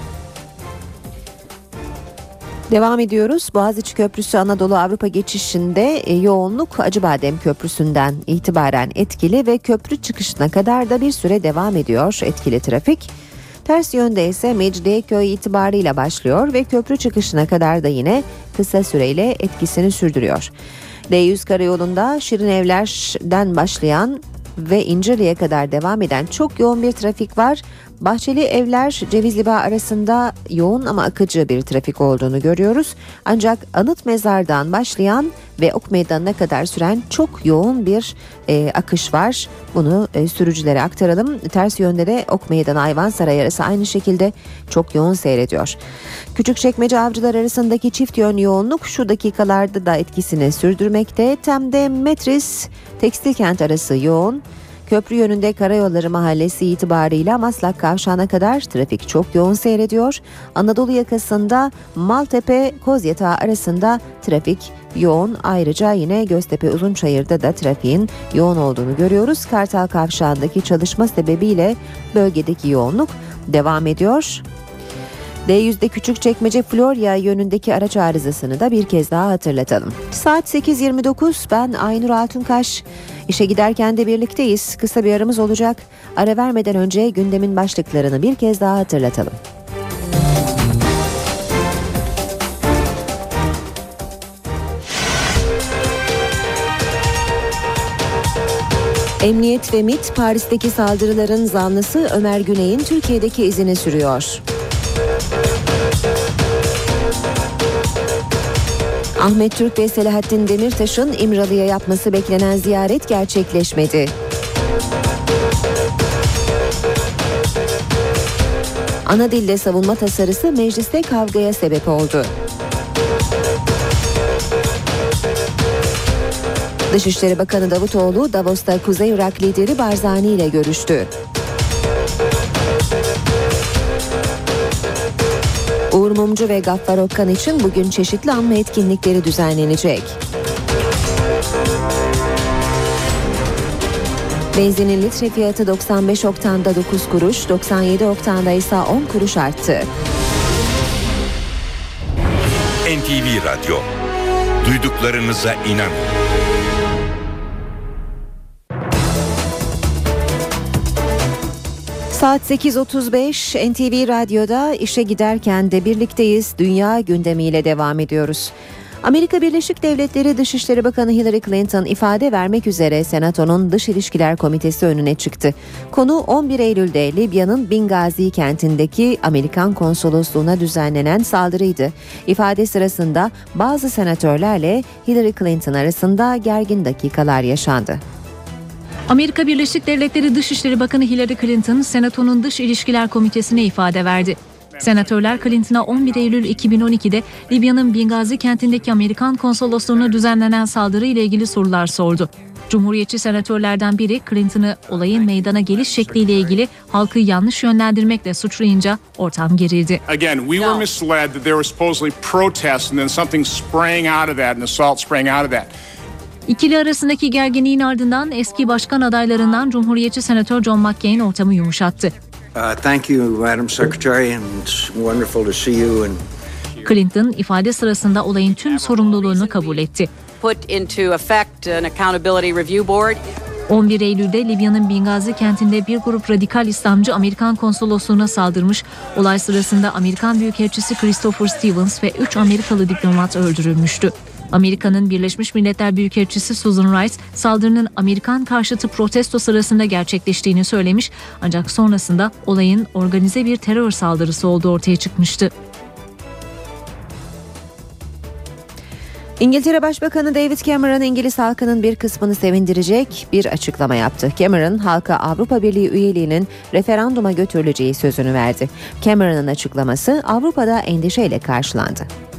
Devam ediyoruz. Boğaziçi Köprüsü Anadolu Avrupa geçişinde yoğunluk Acıbadem Köprüsü'nden itibaren etkili ve köprü çıkışına kadar da bir süre devam ediyor etkili trafik. Ters yönde ise Mecidiyeköy itibarıyla başlıyor ve köprü çıkışına kadar da yine kısa süreyle etkisini sürdürüyor. D yüz karayolunda Şirinevler'den başlayan ve İncirli'ye kadar devam eden çok yoğun bir trafik var. Bahçeli Evler Cevizli Bağ arasında yoğun ama akıcı bir trafik olduğunu görüyoruz. Ancak Anıt Mezar'dan başlayan ve Ok Meydanı'na kadar süren çok yoğun bir e, akış var. Bunu e, sürücülere aktaralım. Ters yönde de Ok Meydanı Ayvansaray arası aynı şekilde çok yoğun seyrediyor. Küçükçekmece Avcılar arasındaki çift yön yoğunluk şu dakikalarda da etkisini sürdürmekte. Tem'de Metris Tekstilkent arası yoğun. Köprü yönünde Karayolları Mahallesi itibarıyla Maslak Kavşağı'na kadar trafik çok yoğun seyrediyor. Anadolu yakasında Maltepe Kozyatağı arasında trafik yoğun. Ayrıca yine Göztepe Uzunçayır'da da trafiğin yoğun olduğunu görüyoruz. Kartal Kavşağı'ndaki çalışma sebebiyle bölgedeki yoğunluk devam ediyor. D yüzde Küçükçekmece Florya yönündeki araç arızasını da bir kez daha hatırlatalım. Saat sekiz yirmi dokuz, ben Aynur Altunkaş. İşe giderken de birlikteyiz. Kısa bir aramız olacak. Ara vermeden önce gündemin başlıklarını bir kez daha hatırlatalım. Emniyet ve MİT Paris'teki saldırıların zanlısı Ömer Güney'in Türkiye'deki izini sürüyor. Ahmet Türk ve Selahattin Demirtaş'ın İmralı'ya yapması beklenen ziyaret gerçekleşmedi. Ana dilde savunma tasarısı mecliste kavgaya sebep oldu. Dışişleri Bakanı Davutoğlu, Davos'ta Kuzey Irak lideri Barzani ile görüştü. Uğur Mumcu ve Gaffar Okkan için bugün çeşitli anma etkinlikleri düzenlenecek. Benzinin litre fiyatı doksan beş oktanda dokuz kuruş, doksan yedi oktanda ise on kuruş arttı. N T V Radyo. Duyduklarınıza inanın. Saat sekiz otuz beş, N T V Radyo'da işe giderken de birlikteyiz. Dünya gündemiyle devam ediyoruz. Amerika Birleşik Devletleri Dışişleri Bakanı Hillary Clinton ifade vermek üzere Senato'nun Dış İlişkiler Komitesi önüne çıktı. Konu on bir Eylül'de Libya'nın Bingazi kentindeki Amerikan konsolosluğuna düzenlenen saldırıydı. İfade sırasında bazı senatörlerle Hillary Clinton arasında gergin dakikalar yaşandı. Amerika Birleşik Devletleri Dışişleri Bakanı Hillary Clinton, Senato'nun Dış İlişkiler Komitesi'ne ifade verdi. Senatörler Clinton'a on bir Eylül iki bin on iki'de Libya'nın Bingazi kentindeki Amerikan konsolosluğuna düzenlenen saldırı ile ilgili sorular sordu. Cumhuriyetçi senatörlerden biri Clinton'ı olayın meydana geliş şekliyle ilgili halkı yanlış yönlendirmekle suçlayınca ortam gerildi. Again, we were misled that there was supposedly protests and then something sprang out of that, an assault sprang out of that. İkili arasındaki gerginliğin ardından eski başkan adaylarından Cumhuriyetçi Senatör John McCain ortamı yumuşattı. Uh, thank you, Madam Secretary, and it's wonderful to see you. And Clinton ifade sırasında olayın tüm sorumluluğunu kabul etti. Put into effect an accountability review board. on bir Eylül'de Libya'nın Bingazi kentinde bir grup radikal İslamcı Amerikan konsolosluğuna saldırmış. Olay sırasında Amerikan Büyükelçisi Christopher Stevens ve üç Amerikalı diplomat öldürülmüştü. Amerika'nın Birleşmiş Milletler Büyükelçisi Susan Rice saldırının Amerikan karşıtı protesto sırasında gerçekleştiğini söylemiş, ancak sonrasında olayın organize bir terör saldırısı olduğu ortaya çıkmıştı. İngiltere Başbakanı David Cameron, İngiliz halkının bir kısmını sevindirecek bir açıklama yaptı. Cameron, halka Avrupa Birliği üyeliğinin referanduma götürüleceği sözünü verdi. Cameron'ın açıklaması Avrupa'da endişeyle karşılandı.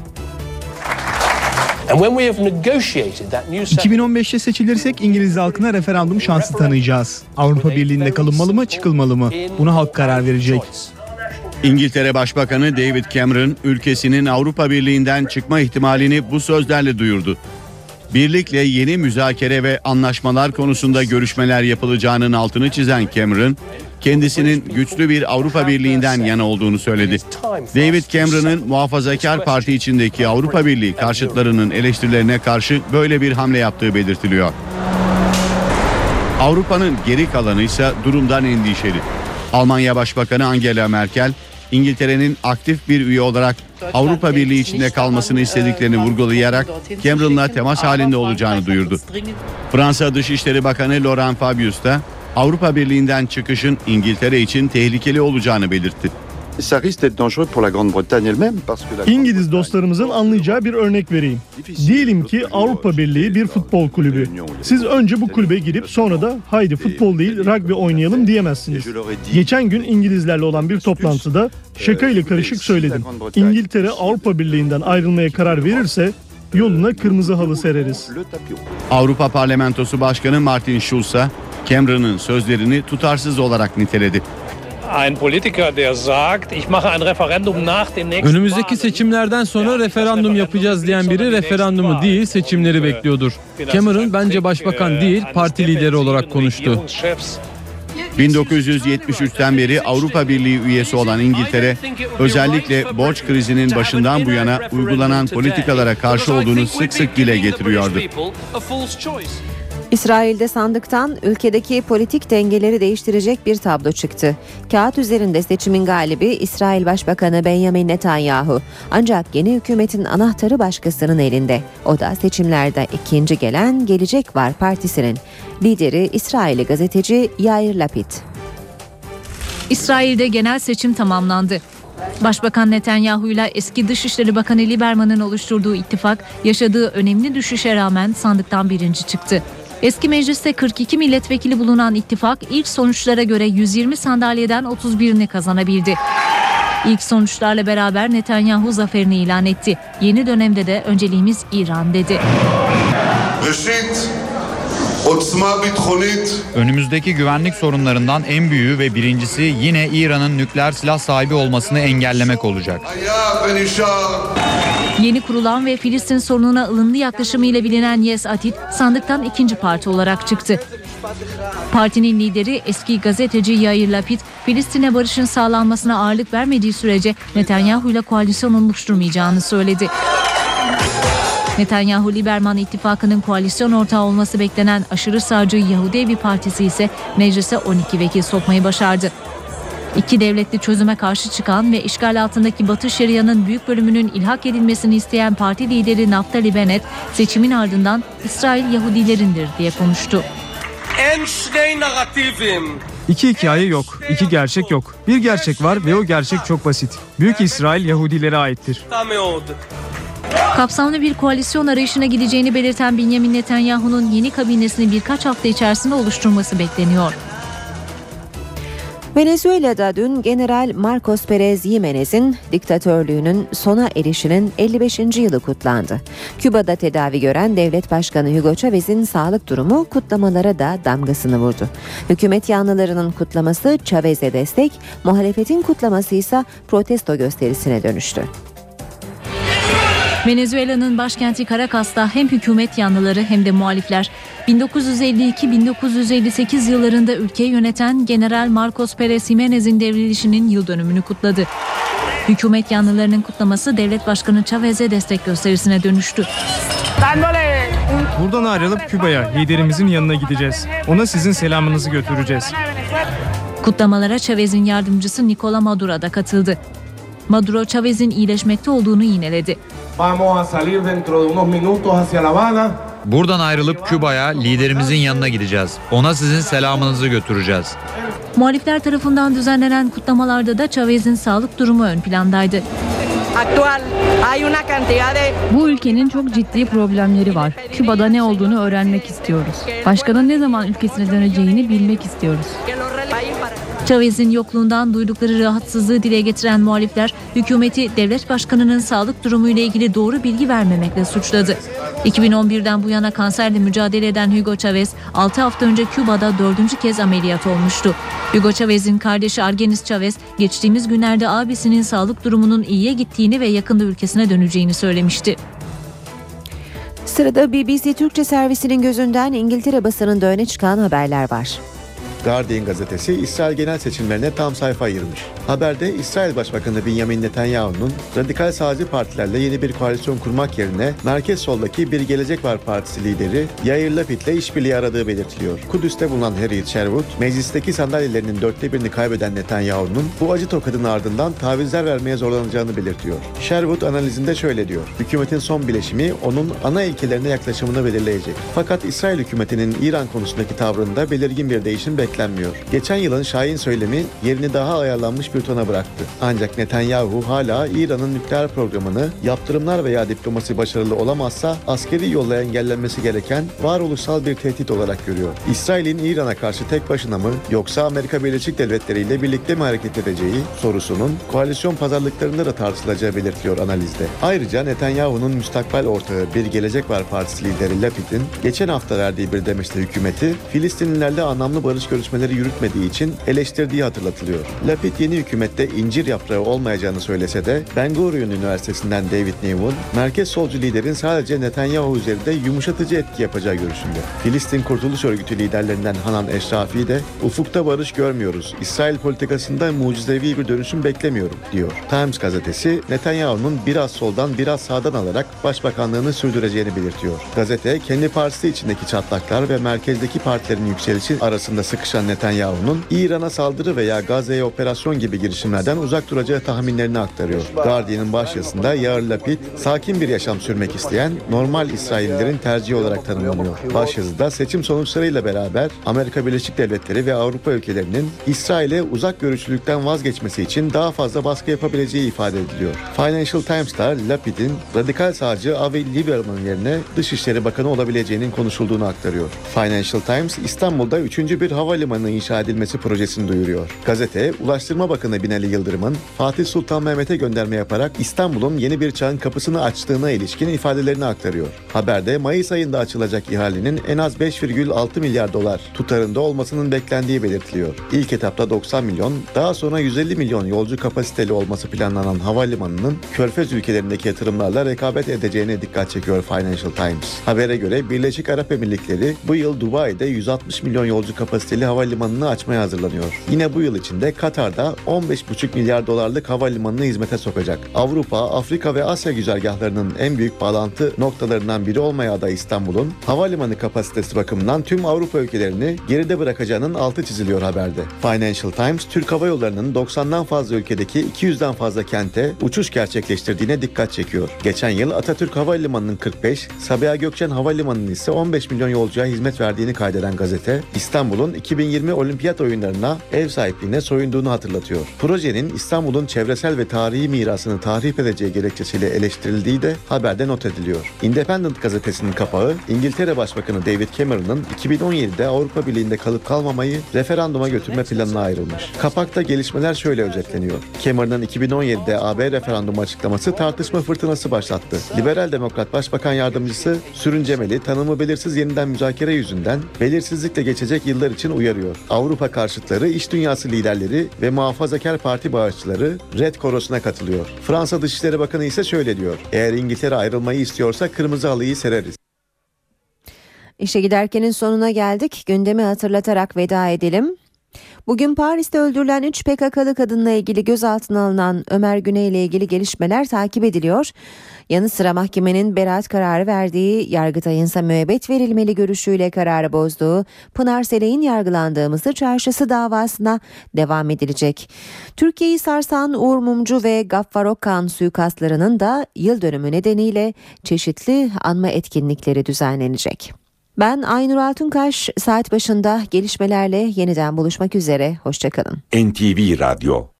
iki bin on beşte seçilirsek İngiliz halkına referandum şansı tanıyacağız. Avrupa Birliği'nde kalınmalı mı, çıkılmalı mı? Buna halk karar verecek. İngiltere Başbakanı David Cameron, ülkesinin Avrupa Birliği'nden çıkma ihtimalini bu sözlerle duyurdu. Birlikle yeni müzakere ve anlaşmalar konusunda görüşmeler yapılacağının altını çizen Cameron, kendisinin güçlü bir Avrupa Birliği'nden yana olduğunu söyledi. David Cameron'ın Muhafazakar Parti içindeki Avrupa Birliği karşıtlarının eleştirilerine karşı böyle bir hamle yaptığı belirtiliyor. Avrupa'nın geri kalanı ise durumdan endişeli. Almanya Başbakanı Angela Merkel, İngiltere'nin aktif bir üye olarak Avrupa Birliği içinde kalmasını istediklerini vurgulayarak Cameron'la temas halinde olacağını duyurdu. Fransa Dışişleri Bakanı Laurent Fabius da Avrupa Birliği'nden çıkışın İngiltere için tehlikeli olacağını belirtti. İngiliz dostlarımızın anlayacağı bir örnek vereyim. Diyelim ki Avrupa Birliği bir futbol kulübü. Siz önce bu kulübe girip sonra da haydi futbol değil rugby oynayalım diyemezsiniz. Geçen gün İngilizlerle olan bir toplantıda şaka ile karışık söyledim. İngiltere Avrupa Birliği'nden ayrılmaya karar verirse yoluna kırmızı halı sereriz. Avrupa Parlamentosu Başkanı Martin Schulz ise Cameron'ın sözlerini tutarsız olarak niteledi. Önümüzdeki seçimlerden sonra referandum yapacağız diyen biri referandumu değil seçimleri bekliyordur. Cameron bence başbakan değil parti lideri olarak konuştu. bin dokuz yüz yetmiş üçten beri Avrupa Birliği üyesi olan İngiltere, özellikle borç krizinin başından bu yana uygulanan politikalara karşı olduğunu sık sık dile getiriyordu. İsrail'de sandıktan ülkedeki politik dengeleri değiştirecek bir tablo çıktı. Kağıt üzerinde seçimin galibi İsrail Başbakanı Benjamin Netanyahu. Ancak yeni hükümetin anahtarı başkasının elinde. O da seçimlerde ikinci gelen Gelecek Var Partisi'nin lideri İsrailli gazeteci Yair Lapid. İsrail'de genel seçim tamamlandı. Başbakan Netanyahu ile eski Dışişleri Bakanı Lieberman'ın oluşturduğu ittifak yaşadığı önemli düşüşe rağmen sandıktan birinci çıktı. Eski mecliste kırk iki milletvekili bulunan ittifak ilk sonuçlara göre yüz yirmi sandalyeden otuz birini kazanabildi. İlk sonuçlarla beraber Netanyahu zaferini ilan etti. Yeni dönemde de önceliğimiz İran dedi. Önümüzdeki güvenlik sorunlarından en büyüğü ve birincisi yine İran'ın nükleer silah sahibi olmasını engellemek olacak. Yeni kurulan ve Filistin sorununa ılımlı yaklaşımıyla bilinen Yes Atid sandıktan ikinci parti olarak çıktı. Partinin lideri eski gazeteci Yair Lapid, Filistin'e barışın sağlanmasına ağırlık vermediği sürece Netanyahu ile koalisyon oluşturmayacağını söyledi. Netanyahu-Lieberman ittifakının koalisyon ortağı olması beklenen aşırı sağcı Yahudi Evi Partisi ise meclise on iki vekil sokmayı başardı. İki devletli çözüme karşı çıkan ve işgal altındaki Batı Şeria'nın büyük bölümünün ilhak edilmesini isteyen parti lideri Naftali Bennett seçimin ardından İsrail Yahudilerindir diye konuştu. İki hikaye yok, iki gerçek yok. Bir gerçek var ve o gerçek çok basit. Büyük İsrail Yahudilere aittir. Kapsamlı bir koalisyon arayışına gideceğini belirten Benjamin Netanyahu'nun yeni kabinesini birkaç hafta içerisinde oluşturması bekleniyor. Venezuela'da dün General Marcos Pérez Jiménez'in diktatörlüğünün sona erişinin elli beşinci yılı kutlandı. Küba'da tedavi gören devlet başkanı Hugo Chávez'in sağlık durumu kutlamalara da damgasını vurdu. Hükümet yanlılarının kutlaması Chávez'e destek, muhalefetin kutlaması ise protesto gösterisine dönüştü. Venezuela'nın başkenti Caracas'ta hem hükümet yanlıları hem de muhalifler bin dokuz yüz elli iki bin dokuz yüz elli sekiz yıllarında ülkeyi yöneten General Marcos Pérez Jiménez'in devrilişinin yıl dönümünü kutladı. Hükümet yanlılarının kutlaması devlet başkanı Chávez'e destek gösterisine dönüştü. Buradan ayrılıp Küba'ya, liderimizin yanına gideceğiz. Ona sizin selamınızı götüreceğiz. Kutlamalara Chávez'in yardımcısı Nicolás Maduro da katıldı. Maduro, Chávez'in iyileşmekte olduğunu yineledi. Buradan ayrılıp Küba'ya, liderimizin yanına gideceğiz. Ona sizin selamınızı götüreceğiz. Muhalifler tarafından düzenlenen kutlamalarda da Chávez'in sağlık durumu ön plandaydı. Bu ülkenin çok ciddi problemleri var. Küba'da ne olduğunu öğrenmek istiyoruz. Başkanın ne zaman ülkesine döneceğini bilmek istiyoruz. Chávez'in yokluğundan duydukları rahatsızlığı dile getiren muhalifler, hükümeti devlet başkanının sağlık durumuyla ilgili doğru bilgi vermemekle suçladı. iki bin on birden bu yana kanserle mücadele eden Hugo Chávez, altı hafta önce Küba'da dördüncü kez ameliyat olmuştu. Hugo Chávez'in kardeşi Argenis Chávez, geçtiğimiz günlerde abisinin sağlık durumunun iyiye gittiğini ve yakında ülkesine döneceğini söylemişti. Sırada B B C Türkçe servisinin gözünden İngiltere basınında öne çıkan haberler var. Guardian gazetesi İsrail genel seçimlerine tam sayfa ayırmış. Haberde İsrail Başbakanı Benjamin Netanyahu'nun radikal sağcı partilerle yeni bir koalisyon kurmak yerine merkez soldaki Bir Gelecek Var Partisi lideri Yair Lapid'le işbirliği aradığı belirtiliyor. Kudüs'te bulunan Harry Sherwood, meclisteki sandalyelerinin dörtte birini kaybeden Netanyahu'nun bu acı tokadın ardından tavizler vermeye zorlanacağını belirtiyor. Sherwood analizinde şöyle diyor: hükümetin son bileşimi onun ana ilkelerine yaklaşımını belirleyecek. Fakat İsrail hükümetinin İran konusundaki tavrında belirgin bir değişim beklenmiyor. Geçen yılın şahin söylemi yerini daha ayarlanmış bir tona bıraktı. Ancak Netanyahu hala İran'ın nükleer programını yaptırımlar veya diplomasi başarılı olamazsa askeri yolla engellenmesi gereken varoluşsal bir tehdit olarak görüyor. İsrail'in İran'a karşı tek başına mı yoksa Amerika Birleşik Devletleri ile birlikte mi hareket edeceği sorusunun koalisyon pazarlıklarında da tartışılacağı belirtiliyor analizde. Ayrıca Netanyahu'nun müstakbel ortağı Bir Gelecek Var Partisi lideri Lapid'in geçen hafta verdiği bir demeçte hükümeti Filistinlilerle anlamlı barış görüşmeleri yürütmediği için eleştirdiği hatırlatılıyor. Lapid yeni hükümette incir yaprağı olmayacağını söylese de Ben Gurion Üniversitesi'nden David Newman, merkez solcu liderin sadece Netanyahu üzerinde yumuşatıcı etki yapacağı görüşünde. Filistin Kurtuluş Örgütü liderlerinden Hanan Eşrafi de ufukta barış görmüyoruz, İsrail politikasında mucizevi bir dönüşüm beklemiyorum diyor. Times gazetesi Netanyahu'nun biraz soldan biraz sağdan alarak başbakanlığını sürdüreceğini belirtiyor. Gazete kendi partisi içindeki çatlaklar ve merkezdeki partilerin yükselişi arasında sıkışan Netanyahu'nun İran'a saldırı veya Gazze'ye operasyon gibi girişimlerden uzak duracağı tahminlerini aktarıyor. Guardian'ın başyazısında Yair Lapid, sakin bir yaşam sürmek isteyen normal İsraillilerin tercihi olarak tanımlanıyor. Başyazıda seçim sonuçlarıyla beraber Amerika Birleşik Devletleri ve Avrupa ülkelerinin İsrail'e uzak görüşlülükten vazgeçmesi için daha fazla baskı yapabileceği ifade ediliyor. Financial Times'ta Lapid'in radikal sağcı Avi Lieberman yerine Dışişleri Bakanı olabileceğinin konuşulduğunu aktarıyor. Financial Times, İstanbul'da üçüncü bir havalimanı inşa edilmesi projesini duyuruyor. Gazete, Ulaştırma Bakanı Binali Yıldırım'ın Fatih Sultan Mehmet'e gönderme yaparak İstanbul'un yeni bir çağın kapısını açtığına ilişkin ifadelerini aktarıyor. Haberde Mayıs ayında açılacak ihalenin en az beş virgül altı milyar dolar tutarında olmasının beklendiği belirtiliyor. İlk etapta doksan milyon, daha sonra yüz elli milyon yolcu kapasiteli olması planlanan havalimanının Körfez ülkelerindeki yatırımlarla rekabet edeceğine dikkat çekiyor Financial Times. Habere göre Birleşik Arap Emirlikleri bu yıl Dubai'de yüz altmış milyon yolcu kapasiteli havalimanını açmaya hazırlanıyor. Yine bu yıl içinde Katar'da on beş buçuk milyar dolarlık havalimanını hizmete sokacak. Avrupa, Afrika ve Asya güzergahlarının en büyük bağlantı noktalarından biri olmaya aday İstanbul'un havalimanı kapasitesi bakımından tüm Avrupa ülkelerini geride bırakacağının altı çiziliyor haberde. Financial Times, Türk Hava Yolları'nın doksandan fazla ülkedeki iki yüzden fazla kente uçuş gerçekleştirdiğine dikkat çekiyor. Geçen yıl Atatürk Havalimanı'nın kırk beş, Sabiha Gökçen Havalimanı'nın ise on beş milyon yolcuya hizmet verdiğini kaydeden gazete, İstanbul'un iki bin yirmi Olimpiyat oyunlarına ev sahipliğine soyunduğunu hatırlatıyor. Projenin İstanbul'un çevresel ve tarihi mirasını tahrip edeceği gerekçesiyle eleştirildiği de haberde not ediliyor. Independent gazetesinin kapağı, İngiltere Başbakanı David Cameron'ın iki bin on yedide Avrupa Birliği'nde kalıp kalmamayı referanduma götürme planına ayrılmış. Kapakta gelişmeler şöyle özetleniyor. Cameron'ın iki bin on yedide A B referandumu açıklaması tartışma fırtınası başlattı. Liberal Demokrat Başbakan Yardımcısı sürüncemeli, tanımı belirsiz yeniden müzakere yüzünden belirsizlikle geçecek yıllar için uyarıyor. Avrupa karşıtları, iş dünyası liderleri ve muhafazakar parti bağışçıları Red Koros'una katılıyor. Fransa Dışişleri Bakanı ise şöyle diyor: eğer İngiltere ayrılmayı istiyorsa kırmızı halıyı sereriz. İşe giderkenin sonuna geldik. Gündemi hatırlatarak veda edelim. Bugün Paris'te öldürülen üç P K K'lı kadınla ilgili gözaltına alınan Ömer Güney ile ilgili gelişmeler takip ediliyor. Yanı sıra mahkemenin beraat kararı verdiği, Yargıtay'ınsa müebbet verilmeli görüşüyle kararı bozduğu Pınar Selek'in yargılandığı Mısır Çarşısı davasına devam edilecek. Türkiye'yi sarsan Uğur Mumcu ve Gaffar Okkan suikastlarının da yıl dönümü nedeniyle çeşitli anma etkinlikleri düzenlenecek. Ben Aynur Altunkaş, saat başında gelişmelerle yeniden buluşmak üzere. Hoşçakalın. N T V Radyo